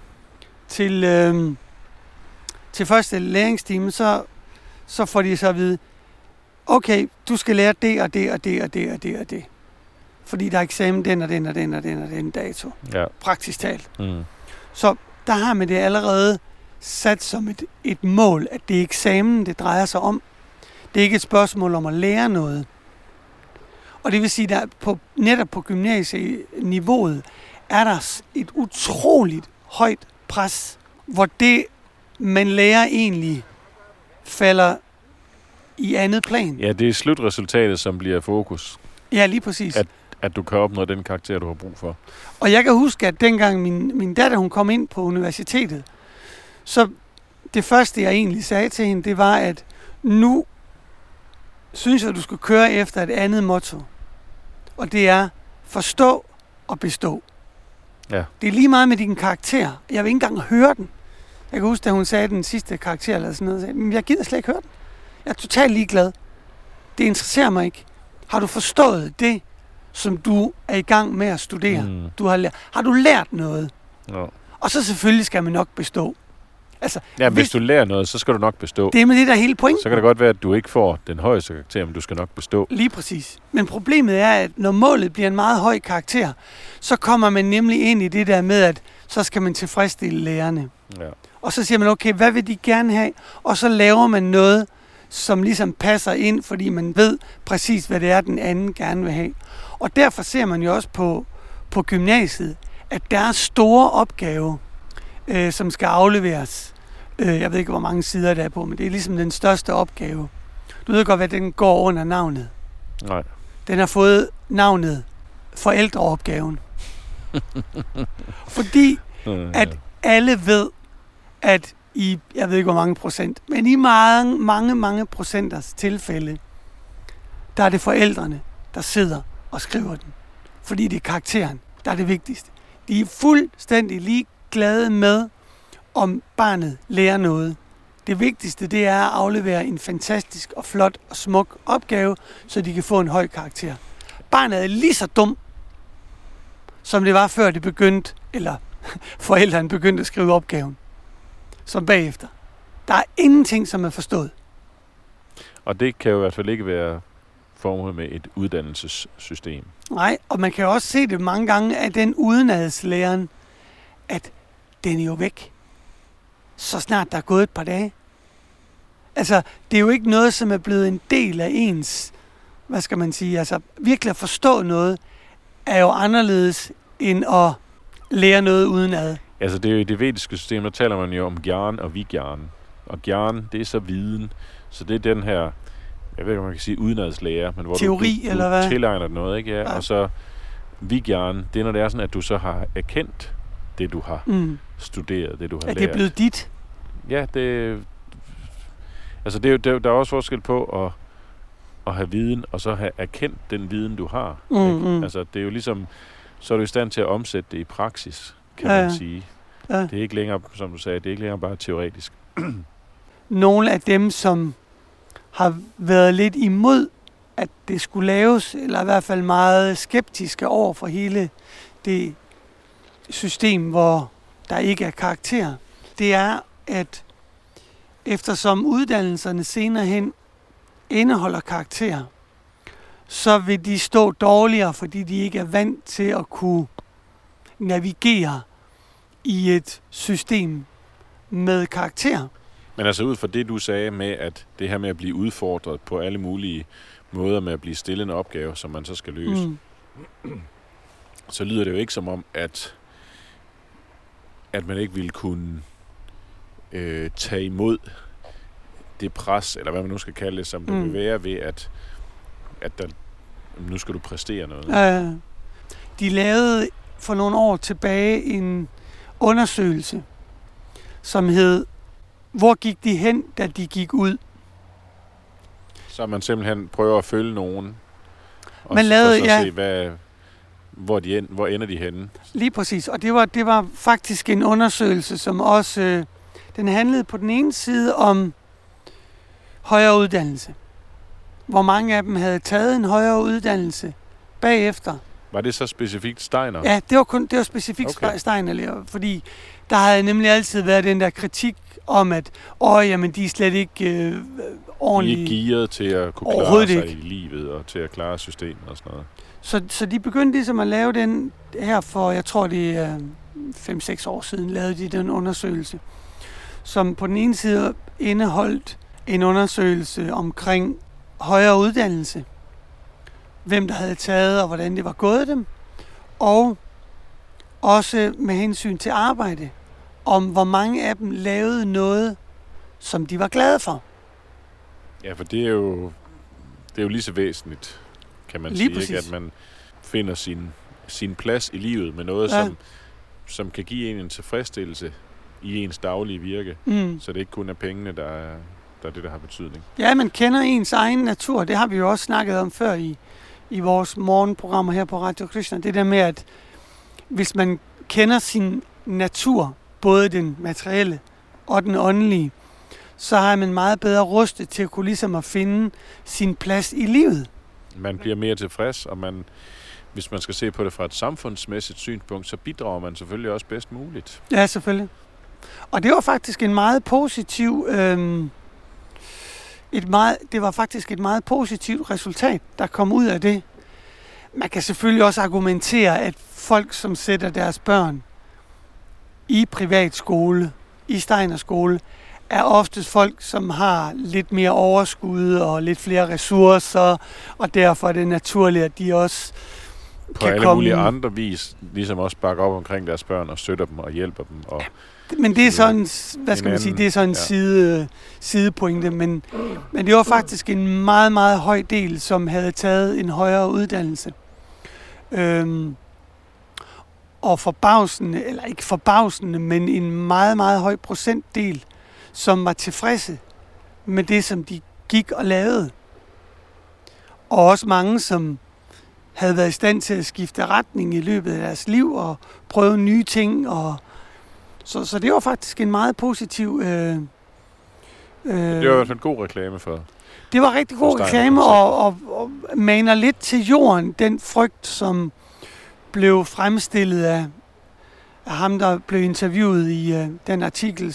til første læringstime, så får de så at vide, okay, du skal lære det og det og det og det og det og det. Fordi der er eksamen den og den og den og den og den dato. Ja. Praktisk talt. Så der har man det allerede sat som et mål, at det er eksamen, det drejer sig om. Det er ikke et spørgsmål om at lære noget. Og det vil sige, at netop på gymnasieniveauet er der et utroligt højt pres, hvor det, man lærer egentlig, falder i andet plan. Ja, det er slutresultatet, som bliver fokus. Ja, lige præcis. At du kan opnå den karakter, du har brug for. Og jeg kan huske, at dengang min datter, hun kom ind på universitetet, så det første, jeg egentlig sagde til hende, det var, at nu synes jeg, at du skal køre efter et andet motto. Og det er forstå og bestå. Ja. Det er lige meget med din karakter. Jeg vil ikke engang høre den. Jeg kan huske, da hun sagde den sidste karakter, eller sådan noget, men jeg gider slet ikke høre den. Jeg er totalt ligeglad. Det interesserer mig ikke. Har du forstået det, som du er i gang med at studere? Har du lært noget? Ja. Og så selvfølgelig skal man nok bestå. Altså, hvis du lærer noget, så skal du nok bestå. Det er med det, der er hele pointen. Så kan det godt være, at du ikke får den højeste karakter, men du skal nok bestå. Lige præcis. Men problemet er, at når målet bliver en meget høj karakter, så kommer man nemlig ind i det der med, at så skal man tilfredsstille lærerne. Ja. Og så siger man, okay, hvad vil de gerne have? Og så laver man noget, som ligesom passer ind, fordi man ved præcis, hvad det er, den anden gerne vil have. Og derfor ser man jo også på gymnasiet, at der er store opgaver, som skal afleveres. Jeg ved ikke, hvor mange sider der er på, men det er ligesom den største opgave. Du ved godt, hvad den går under navnet. Nej. Den har fået navnet forældreopgaven. Fordi at alle ved, at i, jeg ved ikke, hvor mange procent, men i mange procenters tilfælde, der er det forældrene, der sidder og skriver den. Fordi det er karakteren, der er det vigtigste. De er fuldstændig ligeglade med, om barnet lærer noget. Det vigtigste, det er at aflevere en fantastisk og flot og smuk opgave, så de kan få en høj karakter. Barnet er lige så dum, som det var før det begyndte, eller forældrene begyndte at skrive opgaven, som bagefter. Der er ingenting, som er forstået. Og det kan jo i hvert fald ikke være formålet med et uddannelsessystem. Nej, og man kan jo også se det mange gange af den udenadslæren, at den er jo væk, så snart der er gået et par dage. Altså, det er jo ikke noget, som er blevet en del af ens, hvad skal man sige, altså virkelig at forstå noget, er jo anderledes end at lære noget udenad. Altså, det er jo i det vediske system, der taler man jo om gyan og vigyan. Og gyan, det er så viden. Så det er den her, jeg ved ikke, om man kan sige udenadslære, men hvor teori, du eller hvad? Tilegner noget, ikke? Ja. Og så vigyan, det er, når det er sådan, at du så har erkendt det, du har studeret, det, du har lært. Er det blevet dit? Ja, altså der er også forskel på at have viden, og så have erkendt den viden, du har. Altså, det er jo ligesom, så er du i stand til at omsætte det i praksis, kan man sige. Ja. Det er ikke længere, som du sagde, det er ikke længere bare teoretisk. Nogle af dem, som har været lidt imod, at det skulle laves, eller i hvert fald meget skeptiske over for hele det system, hvor der ikke er karakter, det er, at eftersom uddannelserne senere hen indeholder karakter, så vil de stå dårligere, fordi de ikke er vant til at kunne navigere i et system med karakter. Men altså ud fra det, du sagde med, at det her med at blive udfordret på alle mulige måder med at blive stillet en opgave, som man så skal løse, så lyder det jo ikke som om, at man ikke ville kunne tage imod det pres, eller hvad man nu skal kalde det, som det vil være ved, at der, nu skal du præstere noget. De lavede for nogle år tilbage en undersøgelse, som hed, hvor gik de hen, da de gik ud? Så man simpelthen prøver at følge nogen, og man lavede, så se, hvor ender de henne? Lige præcis, og det var faktisk en undersøgelse, som også, den handlede på den ene side om højere uddannelse. Hvor mange af dem havde taget en højere uddannelse bagefter. Var det så specifikt Steiner? Ja, det var specifikt Steiner, fordi der havde nemlig altid været den der kritik om, at jamen, de er slet ikke ordentligt... De er ikke gearet til at kunne klare sig i livet og til at klare systemet og sådan noget. Så de begyndte ligesom at lave den her for, jeg tror det er 5-6 år siden, lavede de den undersøgelse, som på den ene side indeholdt en undersøgelse omkring højere uddannelse, hvem der havde taget og hvordan det var gået dem, og også med hensyn til arbejde, om hvor mange af dem lavede noget, som de var glade for. Ja, for det er jo lige så væsentligt, kan man sige, ikke? At man finder sin plads i livet med noget, som kan give en tilfredsstillelse i ens daglige virke, så det ikke kun er pengene, der er det, der har betydning. Ja, man kender ens egen natur. Det har vi jo også snakket om før i vores morgenprogrammer her på Radio Krishna. Det der med, at hvis man kender sin natur, både den materielle og den åndelige, så har man meget bedre rustet til at kunne ligesom at finde sin plads i livet. Man bliver mere tilfreds, og hvis man skal se på det fra et samfundsmæssigt synspunkt, så bidrager man selvfølgelig også bedst muligt. Ja, selvfølgelig. Og det var faktisk en meget positiv, det var faktisk et meget positivt resultat, der kom ud af det. Man kan selvfølgelig også argumentere, at folk, som sætter deres børn i privatskole, i Steiner-skole, er oftest folk, som har lidt mere overskud og lidt flere ressourcer, og derfor er det naturligt, at de også på alle mulige andre vis ligesom også bakker op omkring deres børn og støtter dem og hjælper dem. Og men det er sådan, hvad skal man sige, det er sådan en sidepointe, men det var faktisk en meget, meget høj del, som havde taget en højere uddannelse. Og forbavsende, eller ikke forbavsende, men en meget, meget høj procentdel, som var tilfredse med det, som de gik og lavede. Og også mange, som havde været i stand til at skifte retning i løbet af deres liv og prøve nye ting. Så det var faktisk en meget positiv... det var en god reklame for. Det var rigtig god reklame og maner lidt til jorden den frygt, som blev fremstillet af ham, der blev interviewet i den artikel,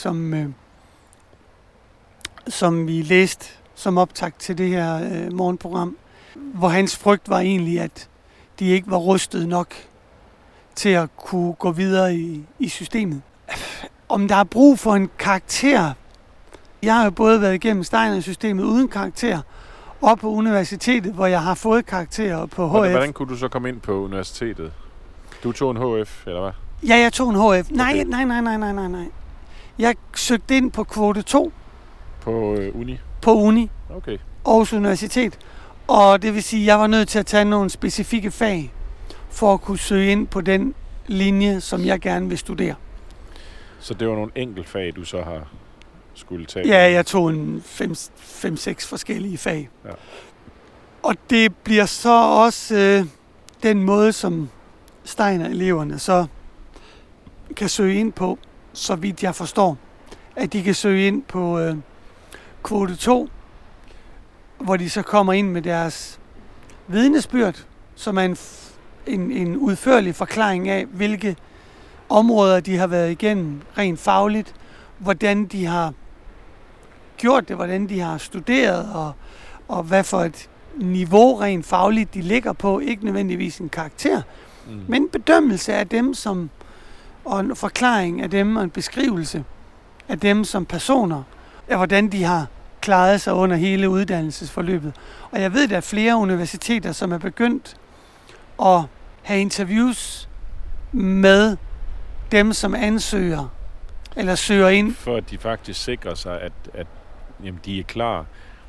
som vi læste som optakt til det her morgenprogram, hvor hans frygt var egentlig, at de ikke var rustet nok til at kunne gå videre i systemet. Om der er brug for en karakter. Jeg har jo både været igennem Steiner-systemet uden karakter, og på universitetet, hvor jeg har fået karakterer på HF. Hvordan kunne du så komme ind på universitetet? Du tog en HF, eller hvad? Ja, jeg tog en HF. Okay. Nej. Jeg søgte ind på kvote 2. På uni? På uni. Okay. Aarhus Universitet. Og det vil sige, at jeg var nødt til at tage nogle specifikke fag, for at kunne søge ind på den linje, som jeg gerne vil studere. Så det var nogle enkelte fag, du så har skulle tage? Ja, jeg tog en 5-6 forskellige fag. Ja. Og det bliver så også den måde, som Steiner-eleverne så kan søge ind på, så vidt jeg forstår, at de kan søge ind på kvote 2, hvor de så kommer ind med deres vidnesbyrd, som er en udførlig forklaring af, hvilke områder de har været igennem rent fagligt, hvordan de har gjort det, hvordan de har studeret, og hvad for et niveau rent fagligt de ligger på. Ikke nødvendigvis en karakter, men en bedømmelse af dem og en forklaring af dem, og en beskrivelse af dem som personer, af hvordan de har klaret sig under hele uddannelsesforløbet. Og jeg ved, at der er flere universiteter, som er begyndt at have interviews med dem, som ansøger eller søger ind. For at de faktisk sikrer sig, at jamen, de er klar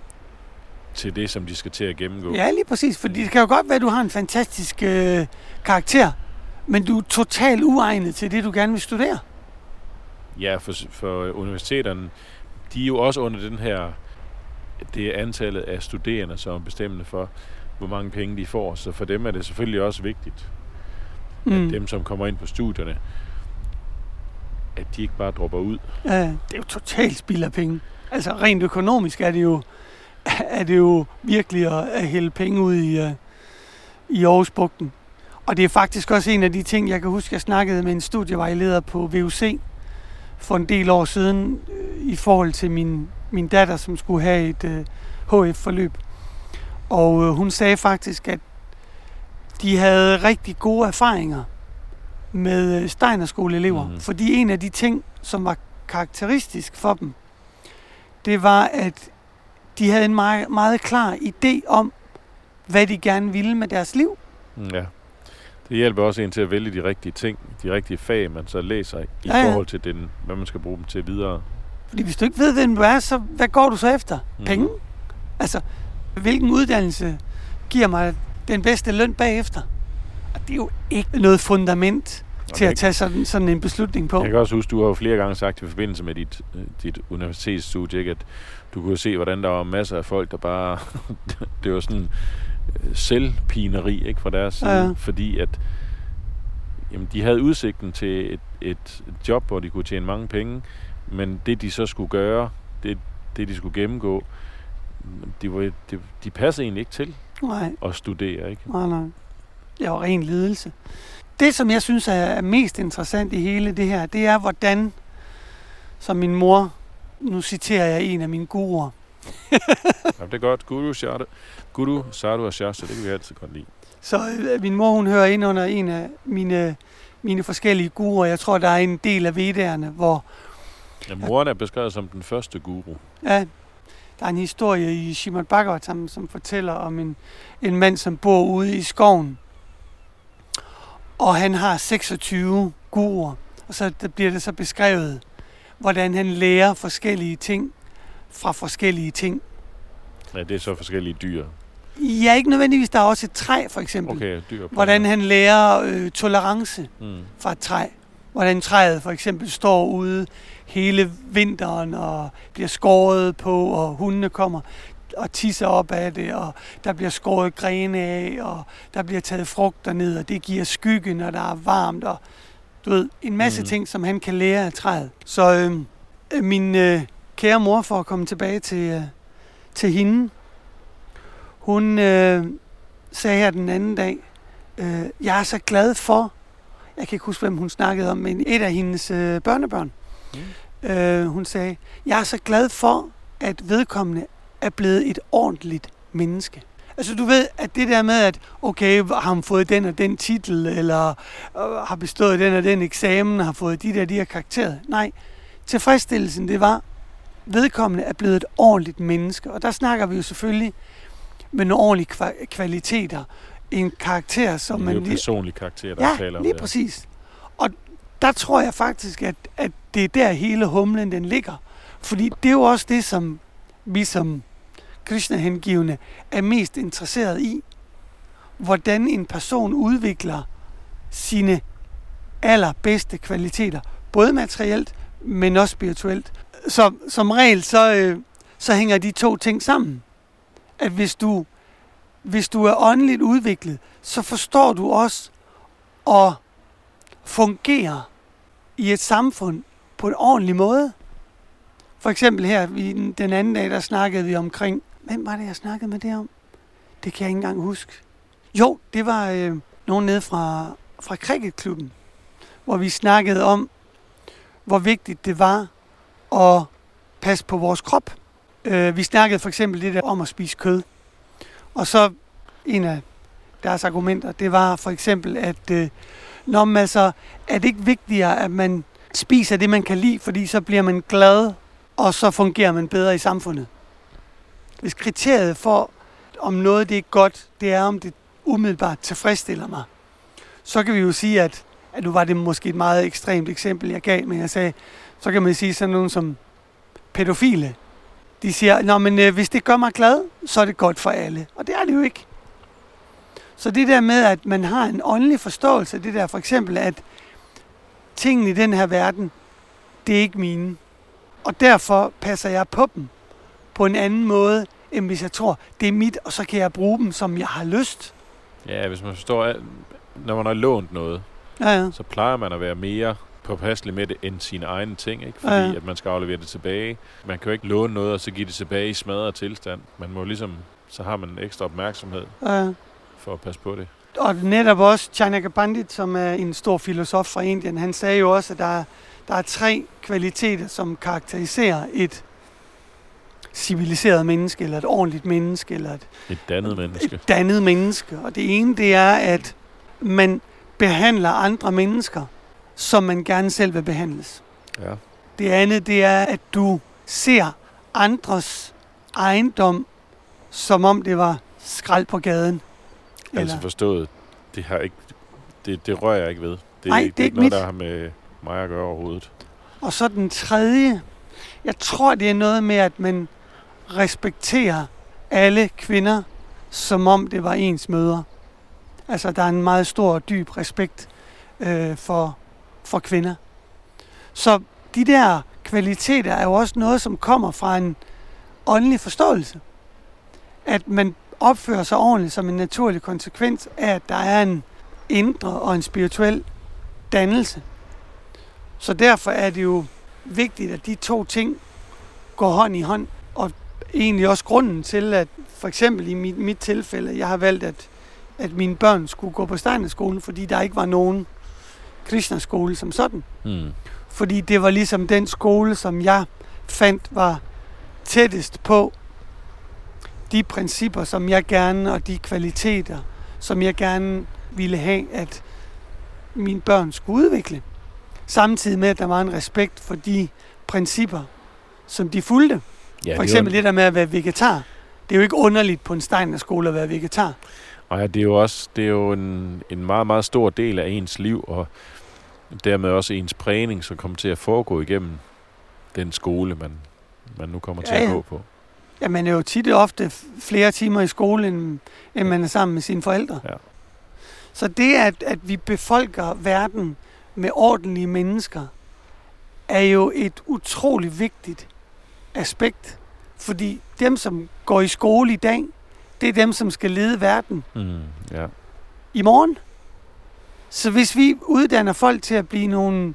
til det, som de skal til at gennemgå. Ja, lige præcis. For det kan jo godt være, at du har en fantastisk karakter, men du er totalt uegnet til det, du gerne vil studere. Ja, for universiteterne, de er jo også under den her, det er antallet af studerende, som er bestemmende for, hvor mange penge de får. Så for dem er det selvfølgelig også vigtigt, at dem, som kommer ind på studierne, at de ikke bare dropper ud. Ja, det er jo totalt spild af penge. Altså rent økonomisk er det jo virkelig at hælde penge ud i Aarhusbugten. Og det er faktisk også en af de ting, jeg kan huske, jeg snakkede med en studievejleder på VUC for en del år siden i forhold til min datter, som skulle have et HF-forløb. Og hun sagde faktisk, at de havde rigtig gode erfaringer med Steiner-skoleelever. Fordi en af de ting, som var karakteristisk for dem, det var, at de havde en meget, meget klar idé om, hvad de gerne ville med deres liv. Ja. Det hjælper også en til at vælge de rigtige ting, de rigtige fag, man så læser i forhold til hvad man skal bruge dem til videre. Fordi hvis du ikke ved, hvem du er, så hvad går du så efter? Penge? Altså, hvilken uddannelse giver mig den bedste løn bagefter? Og det er jo ikke noget fundament til at tage sådan en beslutning på. Jeg kan også huske, du har jo flere gange sagt i forbindelse med dit universitetsstudie, ikke, at du kunne se, hvordan der var masser af folk, der bare... det var sådan selvpineri, ikke, fra deres side, fordi at jamen, de havde udsigten til et job, hvor de kunne tjene mange penge, men det, de så skulle gøre, det de skulle gennemgå, de passede egentlig ikke til at studere, ikke? Nej. Det var ren lidelse. Det, som jeg synes er mest interessant i hele det her, det er, hvordan, som min mor, nu citerer jeg en af mine guruer. Ja, det er godt. Guru, Sadhu og Shastra, det kan vi altid godt lide. Så min mor, hun hører ind under en af mine forskellige guruer. Jeg tror, der er en del af Vedderne, hvor... Ja, moren er beskrevet som den første guru. Ja, der er en historie i Srimad Bhagavatam, som fortæller om en mand, som bor ude i skoven. Og han har 26 guruer. Og så bliver det så beskrevet, hvordan han lærer forskellige ting fra forskellige ting. Ja, det er så forskellige dyr. Ja, ikke nødvendigvis. Der er også et træ, for eksempel. Okay, dyr. Hvordan han lærer tolerance fra et træ. Hvordan træet for eksempel står ude hele vinteren og bliver skåret på, og hundene kommer og tisser op af det, og der bliver skåret grene af, og der bliver taget frugter ned, og det giver skygge, når der er varmt, og du ved, en masse ting, som han kan lære af træet. Så min kære mor, for at komme tilbage til hende, hun sagde her den anden dag, jeg er så glad for, jeg kan ikke huske, hvem hun snakkede om, men et af hendes børnebørn. Hun sagde, jeg er så glad for, at vedkommende er blevet et ordentligt menneske. Altså du ved, at det der med, at okay, har hun fået den og den titel, eller har bestået den og den eksamen, har fået de her karakterer. Nej, tilfredsstillelsen, det var, vedkommende er blevet et ordentligt menneske. Og der snakker vi jo selvfølgelig med nogle ordentlige kvaliteter. En karakter, som man... Det er jo personlig karakter, der taler om det. Ja, lige præcis. Og der tror jeg faktisk, at det er der hele humlen, den ligger. Fordi det er jo også det, som vi som Krishna-hengivne er mest interesseret i. Hvordan en person udvikler sine allerbedste kvaliteter. Både materielt, men også spirituelt. Så som regel, så hænger de to ting sammen. At hvis du er åndeligt udviklet, så forstår du også at fungere i et samfund på en ordentlig måde. For eksempel her, den anden dag, der snakkede vi omkring... Hvem var det, jeg snakkede med det om? Det kan jeg ikke engang huske. Jo, det var nogen nede fra cricketklubben, hvor vi snakkede om, hvor vigtigt det var at passe på vores krop. Vi snakkede for eksempel det der om at spise kød. Og så en af deres argumenter, det var for eksempel, at er det ikke vigtigere, at man spiser det, man kan lide, fordi så bliver man glad, og så fungerer man bedre i samfundet. Hvis kriteriet for, om noget det er godt, det er, om det umiddelbart tilfredsstiller mig, så kan vi jo sige, at nu var det måske et meget ekstremt eksempel, jeg gav, men jeg sagde, så kan man sige sådan nogen som pædofile. De siger, hvis det gør mig glad, så er det godt for alle. Og det er det jo ikke. Så det der med, at man har en åndelig forståelse, det der for eksempel, at tingene i den her verden, det er ikke mine. Og derfor passer jeg på dem på en anden måde, end hvis jeg tror, det er mit, og så kan jeg bruge dem, som jeg har lyst. Ja, hvis man forstår, når man har lånt noget, så plejer man at være mere påpasselig med det end sine egne ting, ikke? Fordi at man skal aflevere det tilbage. Man kan jo ikke låne noget, og så give det tilbage i smadret tilstand. Man må ligesom, så har man en ekstra opmærksomhed for at passe på det. Og netop også Chanakya Pandit, som er en stor filosof fra Indien, han sagde jo også, at der er 3 kvaliteter, som karakteriserer et civiliseret menneske, eller et ordentligt menneske, eller et dannet menneske. Et dannet menneske. Og det ene, det er, at man behandler andre mennesker, som man gerne selv vil behandles. Ja. Det andet, det er, at du ser andres ejendom, som om det var skrald på gaden. Altså forstået, det rører jeg ikke ved. Det er ikke noget, der har med mig at gøre overhovedet. Og så den tredje, jeg tror, det er noget med, at man respekterer alle kvinder, som om det var ens mødre. Altså, der er en meget stor og dyb respekt for for kvinder. Så de der kvaliteter er jo også noget, som kommer fra en åndelig forståelse. At man opfører sig ordentligt som en naturlig konsekvens af, at der er en indre og en spirituel dannelse. Så derfor er det jo vigtigt, at de to ting går hånd i hånd. Og egentlig også grunden til, at for eksempel i mit tilfælde, jeg har valgt, at mine børn skulle gå på Steinerskolen, fordi der ikke var nogen Krishna-skole som sådan. Fordi det var ligesom den skole, som jeg fandt var tættest på de principper, som jeg gerne, og de kvaliteter, som jeg gerne ville have, at mine børn skulle udvikle. Samtidig med, at der var en respekt for de principper, som de fulgte. Ja, for eksempel det der med at være vegetar. Det er jo ikke underligt på en Steiner-skole at være vegetar. Og ja, det er jo en meget, meget stor del af ens liv, og dermed også ens prægning, som kommer til at foregå igennem den skole, man nu kommer til at gå på. Ja, man er jo tit og ofte flere timer i skole, end man er sammen med sine forældre. Ja. Så det, at vi befolker verden med ordentlige mennesker, er jo et utroligt vigtigt aspekt. Fordi dem, som går i skole i dag, det er dem, som skal lede verden i morgen. Så hvis vi uddanner folk til at blive nogle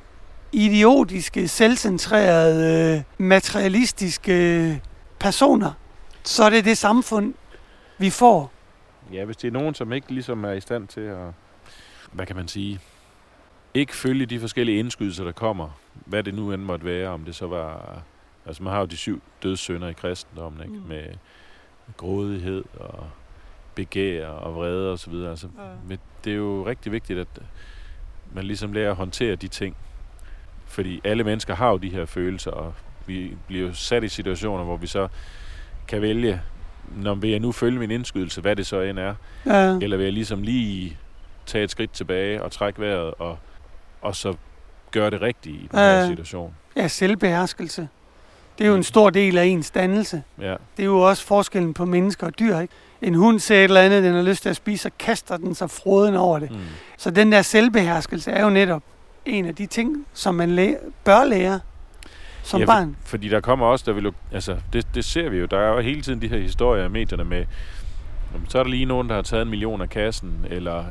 idiotiske, selvcentrerede, materialistiske personer, så er det det samfund, vi får. Ja, hvis det er nogen, som ikke ligesom er i stand til at, hvad kan man sige, ikke følge de forskellige indskydelser, der kommer, hvad det nu end måtte være, om det så var, altså man har jo de 7 dødssynder i kristendommen, ikke? Med grådighed og begær og vrede og så videre. Altså, det er jo rigtig vigtigt, at man ligesom lærer at håndtere de ting. Fordi alle mennesker har jo de her følelser, og vi bliver jo sat i situationer, hvor vi så kan vælge, når vil jeg nu følge min indskydelse, hvad det så end er, eller vil jeg ligesom lige tage et skridt tilbage og trække vejret, og så gøre det rigtige i den her situation. Ja, selvbeherskelse. Det er jo en stor del af ens dannelse. Ja. Det er jo også forskellen på mennesker og dyr, ikke? En hund ser et eller andet, den har lyst til at spise, så kaster den sig froden over det. Så den der selvbeherskelse er jo netop en af de ting, som man bør lære som barn. Fordi der kommer også, det ser vi jo, der er jo hele tiden de her historier i medierne med, så er der lige nogen, der har taget 1 million af kassen, eller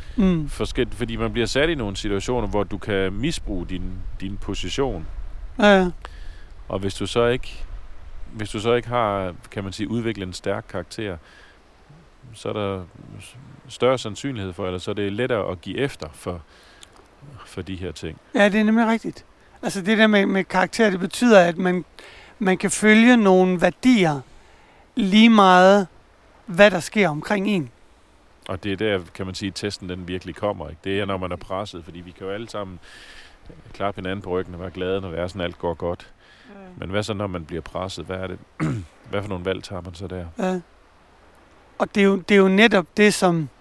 fordi man bliver sat i nogle situationer, hvor du kan misbruge din position. Ja. Og hvis du så ikke har, kan man sige, udviklet en stærk karakter, så er der større sandsynlighed for, eller så er det lettere at give efter for de her ting. Ja, det er nemlig rigtigt. Altså det der med karakter, det betyder, at man kan følge nogle værdier lige meget, hvad der sker omkring en. Og det er der, kan man sige, testen den virkelig kommer. Ikke? Det er, når man er presset, fordi vi kan jo alle sammen klappe hinanden på ryggen og være glade, når det er sådan, alt går godt. Men hvad så, når man bliver presset? Hvad er det? Hvad for nogle valg tager man så der? Ja. Og det er jo netop det,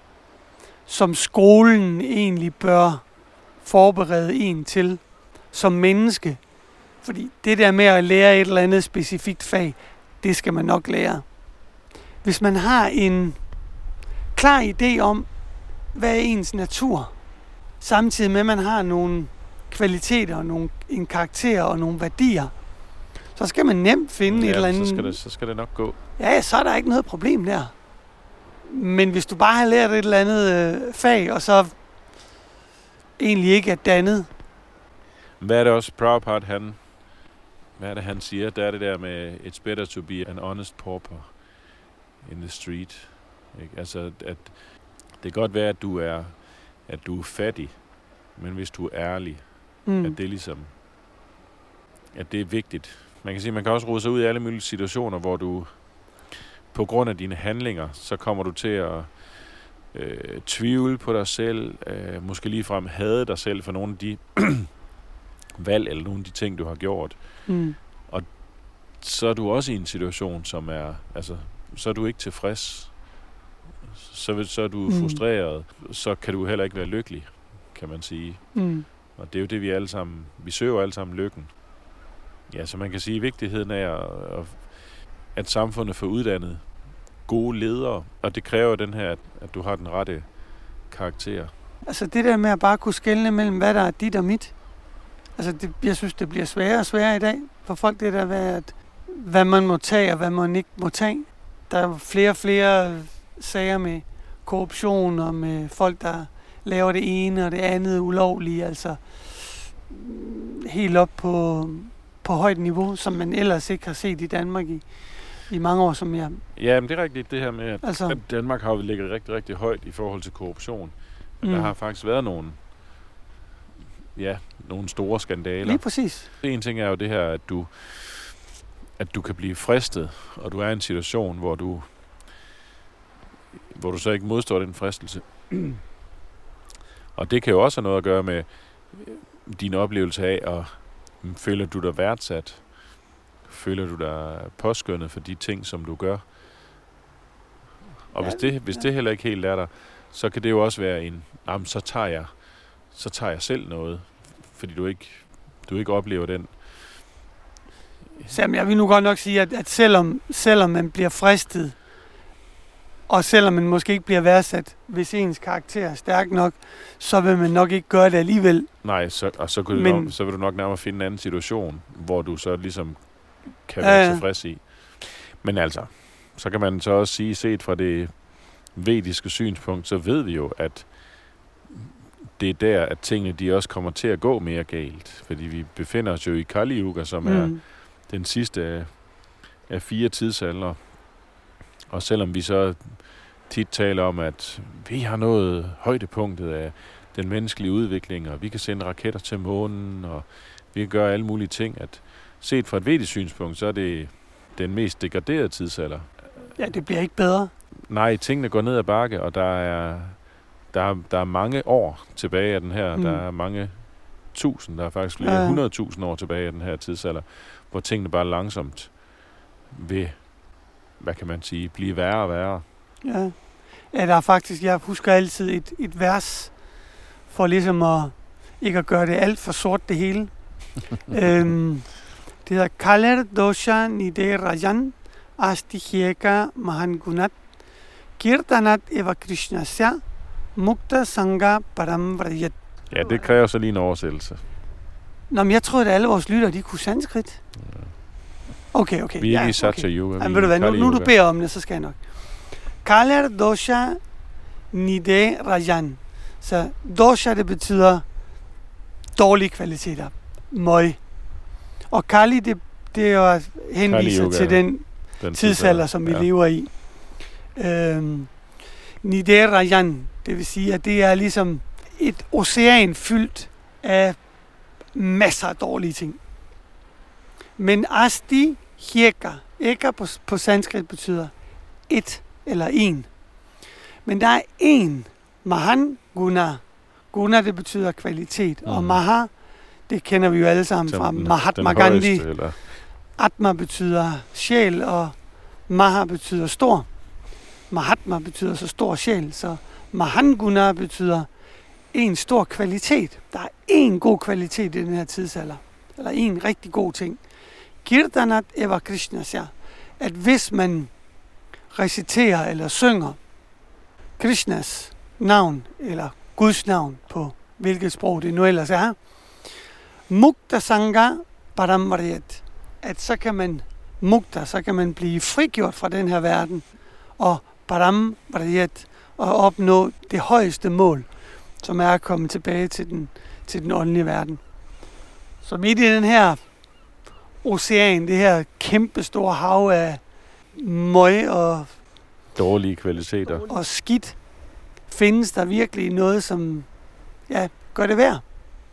som skolen egentlig bør forberede en til som menneske. Fordi det der med at lære et eller andet specifikt fag, det skal man nok lære. Hvis man har en klar idé om, hvad er ens natur, samtidig med, at man har nogle kvaliteter, og en karakter og nogle værdier, så skal man nemt finde et eller andet. Så skal det nok gå. Ja, så er der ikke noget problem der. Men hvis du bare har lært et eller andet fag, og så egentlig ikke er dannet. Hvad er det også, Prabhupada, hvad er det, han siger? Der er det der med, it's better to be an honest pauper in the street. Ikke? Altså, at det kan godt være, at du er fattig, men hvis du er ærlig, at det er ligesom, at det er vigtigt. Man kan sige, man kan også rode sig ud i alle mulige situationer, hvor du på grund af dine handlinger, så kommer du til at tvivle på dig selv, måske ligefrem hade dig selv for nogle af de valg eller nogle af de ting, du har gjort. Og så er du også i en situation, som er, altså, så er du ikke tilfreds. Så er du frustreret. Så kan du heller ikke være lykkelig, kan man sige. Og det er jo det, vi søger alle sammen lykken. Ja, så man kan sige, vigtigheden af, at samfundet får uddannet gode ledere, og det kræver den her, at du har den rette karakter. Altså det der med at bare kunne skelne mellem, hvad der er dit og mit. Altså jeg synes, det bliver sværere og sværere i dag for folk, det der med, at hvad man må tage og hvad man ikke må tage. Der er flere og flere sager med korruption og med folk, der laver det ene og det andet ulovlige. Altså helt op på højt niveau, som man ellers ikke har set i Danmark i mange år, som jeg... Ja, men det er rigtigt det her med, at Danmark har jo ligget rigtig, rigtig højt i forhold til korruption. Der har faktisk været nogle store skandaler. Lige præcis. En ting er jo det her, at du kan blive fristet, og du er i en situation, hvor du så ikke modstår den fristelse. Og det kan jo også have noget at gøre med din oplevelse af, og føler du dig værdsat? Føler du dig påskønnet for de ting, som du gør? Og hvis det heller ikke helt er der, så kan det jo også være så tager jeg selv noget, fordi du ikke oplever den. Sam, jeg vil nu godt nok sige, at selvom man bliver fristet, og selvom man måske ikke bliver værdsat, hvis ens karakter er stærk nok, så vil man nok ikke gøre det alligevel. Nej, så vil du nok nærmere finde en anden situation, hvor du så ligesom kan være tilfreds i. Men altså, så kan man så også sige, set fra det vediske synspunkt, så ved vi jo, at det er der, at tingene de også kommer til at gå mere galt. Fordi vi befinder os jo i Kali Yuga, som er den sidste af 4 tidsaldre. Og selvom vi så tit taler om, at vi har nået højdepunktet af den menneskelige udvikling, og vi kan sende raketter til månen, og vi kan gøre alle mulige ting, at set fra et vedisk synspunkt, så er det den mest degraderede tidsalder. Ja, det bliver ikke bedre. Nej, tingene går ned ad bakke, og der er mange år tilbage af den her. Der er mange tusind, der er faktisk flere 100.000 år tilbage af den her tidsalder, hvor tingene bare langsomt vil, hvad kan man sige, blive værre og værre. Ja, der er faktisk, jeg husker altid et vers, for ligesom ikke at gøre det alt for sort det hele. Det hedder Kaler dosha nide rajan astihyeka mahangunat kirtanat eva krishnasya mukta sangha paramvrayat. Ja, det kræver så lige en oversættelse. Nå, men jeg troede, at alle vores lyttere, de kunne sanskrit. Okay. Vi er ikke i Satya Yoga. Jamen, ved du hvad, nu du beder om det, så skal jeg nok. Kaler dosha nide rajan. Så dosha, det betyder dårlige kvaliteter. Møg. Og Kali, det er jo henviser til den tidsalder, som vi lever i. Nide rajan, det vil sige, at det er ligesom et ocean fyldt af masser af dårlige ting. Men asti hyeka, eka på sanskrit betyder et eller en. Men der er en mahan guna. Guna, det betyder kvalitet. Og maha, det kender vi jo alle sammen fra Mahatma Gandhi. Atma betyder sjæl, og maha betyder stor. Mahatma betyder så stor sjæl, så mahan guna betyder en stor kvalitet. Der er en god kvalitet i den her tidsalder. Eller en rigtig god ting. Kirtanat eva krishnasya. At hvis man reciterer eller synger Krishnas navn, eller Guds navn på hvilket sprog det nu ellers er, mukta sangha paramvrayat. At så kan man blive frigjort fra den her verden, og paramvrayat, og opnå det højeste mål, som er at komme tilbage til den åndelige verden. Så midt i den her ocean, det her kæmpe store hav af møg og dårlige kvaliteter og skidt, findes der virkelig noget, som gør det værd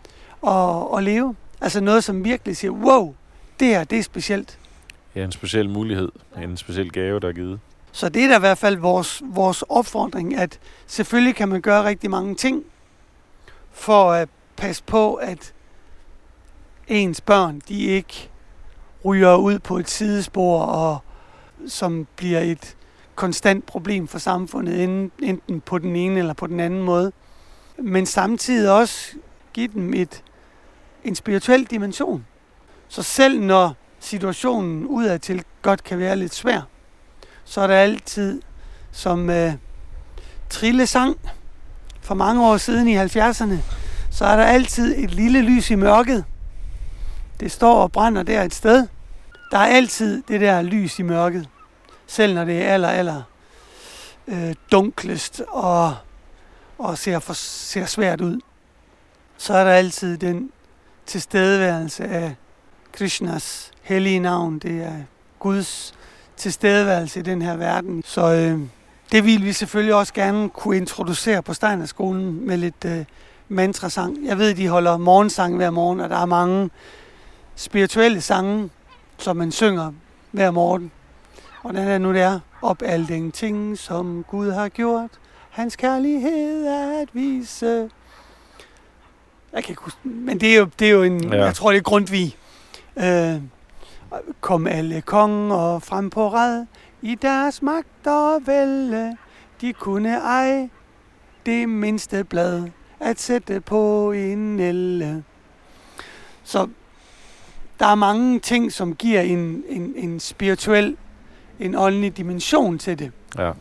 at leve. Altså noget, som virkelig siger, wow, det her, det er specielt. Ja, en speciel mulighed, en speciel gave, der er givet. Så det er da i hvert fald vores opfordring, at selvfølgelig kan man gøre rigtig mange ting for at passe på, at ens børn, de ikke ryger ud på et sidespor, og som bliver et konstant problem for samfundet, enten på den ene eller på den anden måde. Men samtidig også give dem en spirituel dimension. Så selv når situationen udadtil godt kan være lidt svær, så er der altid som trillesang, for mange år siden i 70'erne, så er der altid et lille lys i mørket. Det står og brænder der et sted. Der er altid det der lys i mørket. Selv når det er aller dunklest og ser svært ud. Så er der altid den tilstedeværelse af Krishnas hellige navn. Det er Guds tilstedeværelse i den her verden. Så det vil vi selvfølgelig også gerne kunne introducere på Steinerskolen med lidt mantrasang. Jeg ved, de holder morgensang hver morgen, og der er mange spirituelle sange, som man synger hver morgen. Og den er nu der. Op al den ting, som Gud har gjort, hans kærlighed er at vise. Jeg kan ikke huske, men det er jo en, jeg tror det er Grundtvig. Kom alle konger frem på rad, i deres magt og vælde, de kunne ej det mindste blad at sætte på en elle. Så der er mange ting, som giver en spirituel, en åndelig dimension til det. Ja.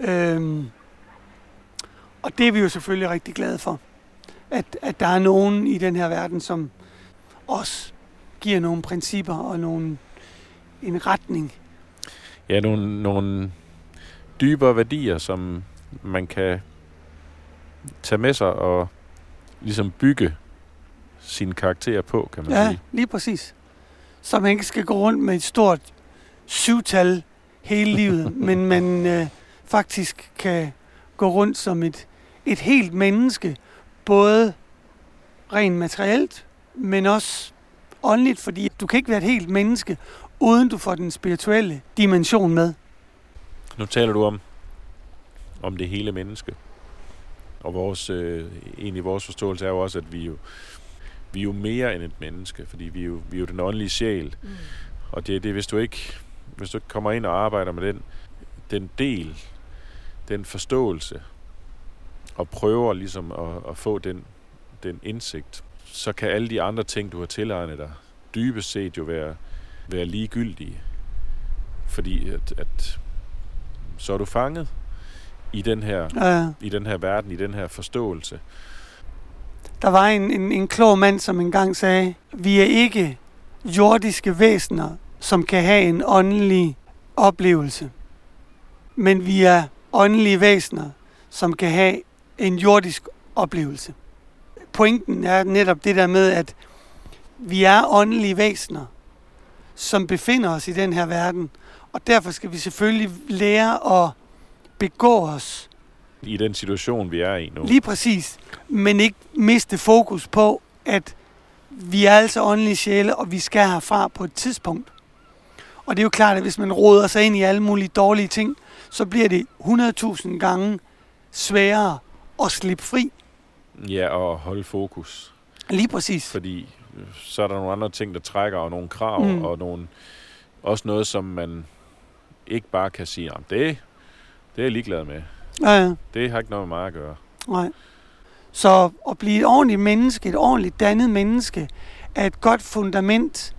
Og det er vi jo selvfølgelig rigtig glade for. At der er nogen i den her verden, som også giver nogle principper og en retning. Ja, nogle dybere værdier, som man kan tage med sig og ligesom bygge sine karakterer på, kan man sige. Ja, lige præcis. Så man ikke skal gå rundt med et stort syvtal hele livet, men man faktisk kan gå rundt som et helt menneske, både rent materielt, men også åndeligt, fordi du kan ikke være et helt menneske, uden du får den spirituelle dimension med. Nu taler du om det hele menneske. Og vores forståelse er jo også, at vi er jo mere end et menneske, fordi vi er jo den åndelige sjæl. Mm. Og det er det, hvis du ikke kommer ind og arbejder med den del, den forståelse, og prøver ligesom at få den indsigt, så kan alle de andre ting, du har tilegnet dig, dybest set jo være ligegyldige. Fordi at så er du fanget i den her verden, i den her forståelse. Der var en klog mand, som engang sagde, vi er ikke jordiske væsener, som kan have en åndelig oplevelse. Men vi er åndelige væsener, som kan have en jordisk oplevelse. Pointen er netop det der med, at vi er åndelige væsener, som befinder os i den her verden. Og derfor skal vi selvfølgelig lære at begå os. I den situation, vi er i nu. Lige præcis. Men ikke miste fokus på, at vi er altså åndelige sjæle, og vi skal herfra på et tidspunkt. Og det er jo klart, at hvis man roder sig ind i alle mulige dårlige ting, så bliver det 100.000 gange sværere at slippe fri. Ja, og holde fokus. Lige præcis. Fordi så er der nogle andre ting, der trækker, og nogle krav, og også noget, som man ikke bare kan sige, det er jeg ligeglad med. Ja. Det har ikke noget med mig at gøre. Nej. Så at blive et ordentligt menneske, et ordentligt dannet menneske, er et godt fundament,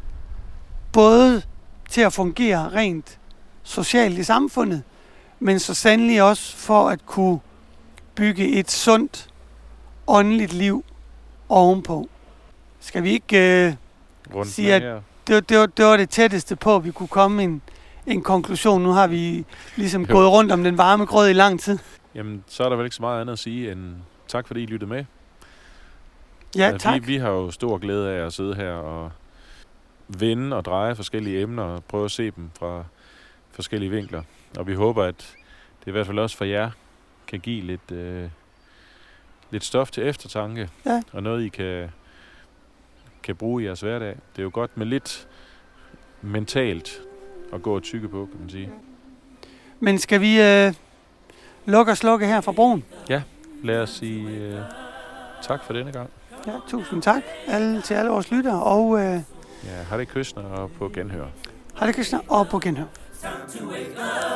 både til at fungere rent socialt i samfundet, men så sandelig også for at kunne bygge et sundt, åndeligt liv ovenpå. Skal vi ikke sige, at det var det tætteste på, at vi kunne komme en konklusion. Nu har vi ligesom gået rundt om den varme grød i lang tid. Jamen, så er der vel ikke så meget andet at sige end tak, fordi I lyttede med. Ja, tak. Vi har jo stor glæde af at sidde her og vende og dreje forskellige emner og prøve at se dem fra forskellige vinkler. Og vi håber, at det i hvert fald også for jer kan give lidt stof til eftertanke, og noget, I kan bruge i jeres hverdag. Det er jo godt med lidt mentalt at gå og tykke på, kan man sige. Men skal vi lukke og slukke her fra broen? Ja, lad os sige tak for denne gang. Ja, tusind tak til alle vores lyttere, og Hare Krishna og på genhør. Hare Krishna og på genhør.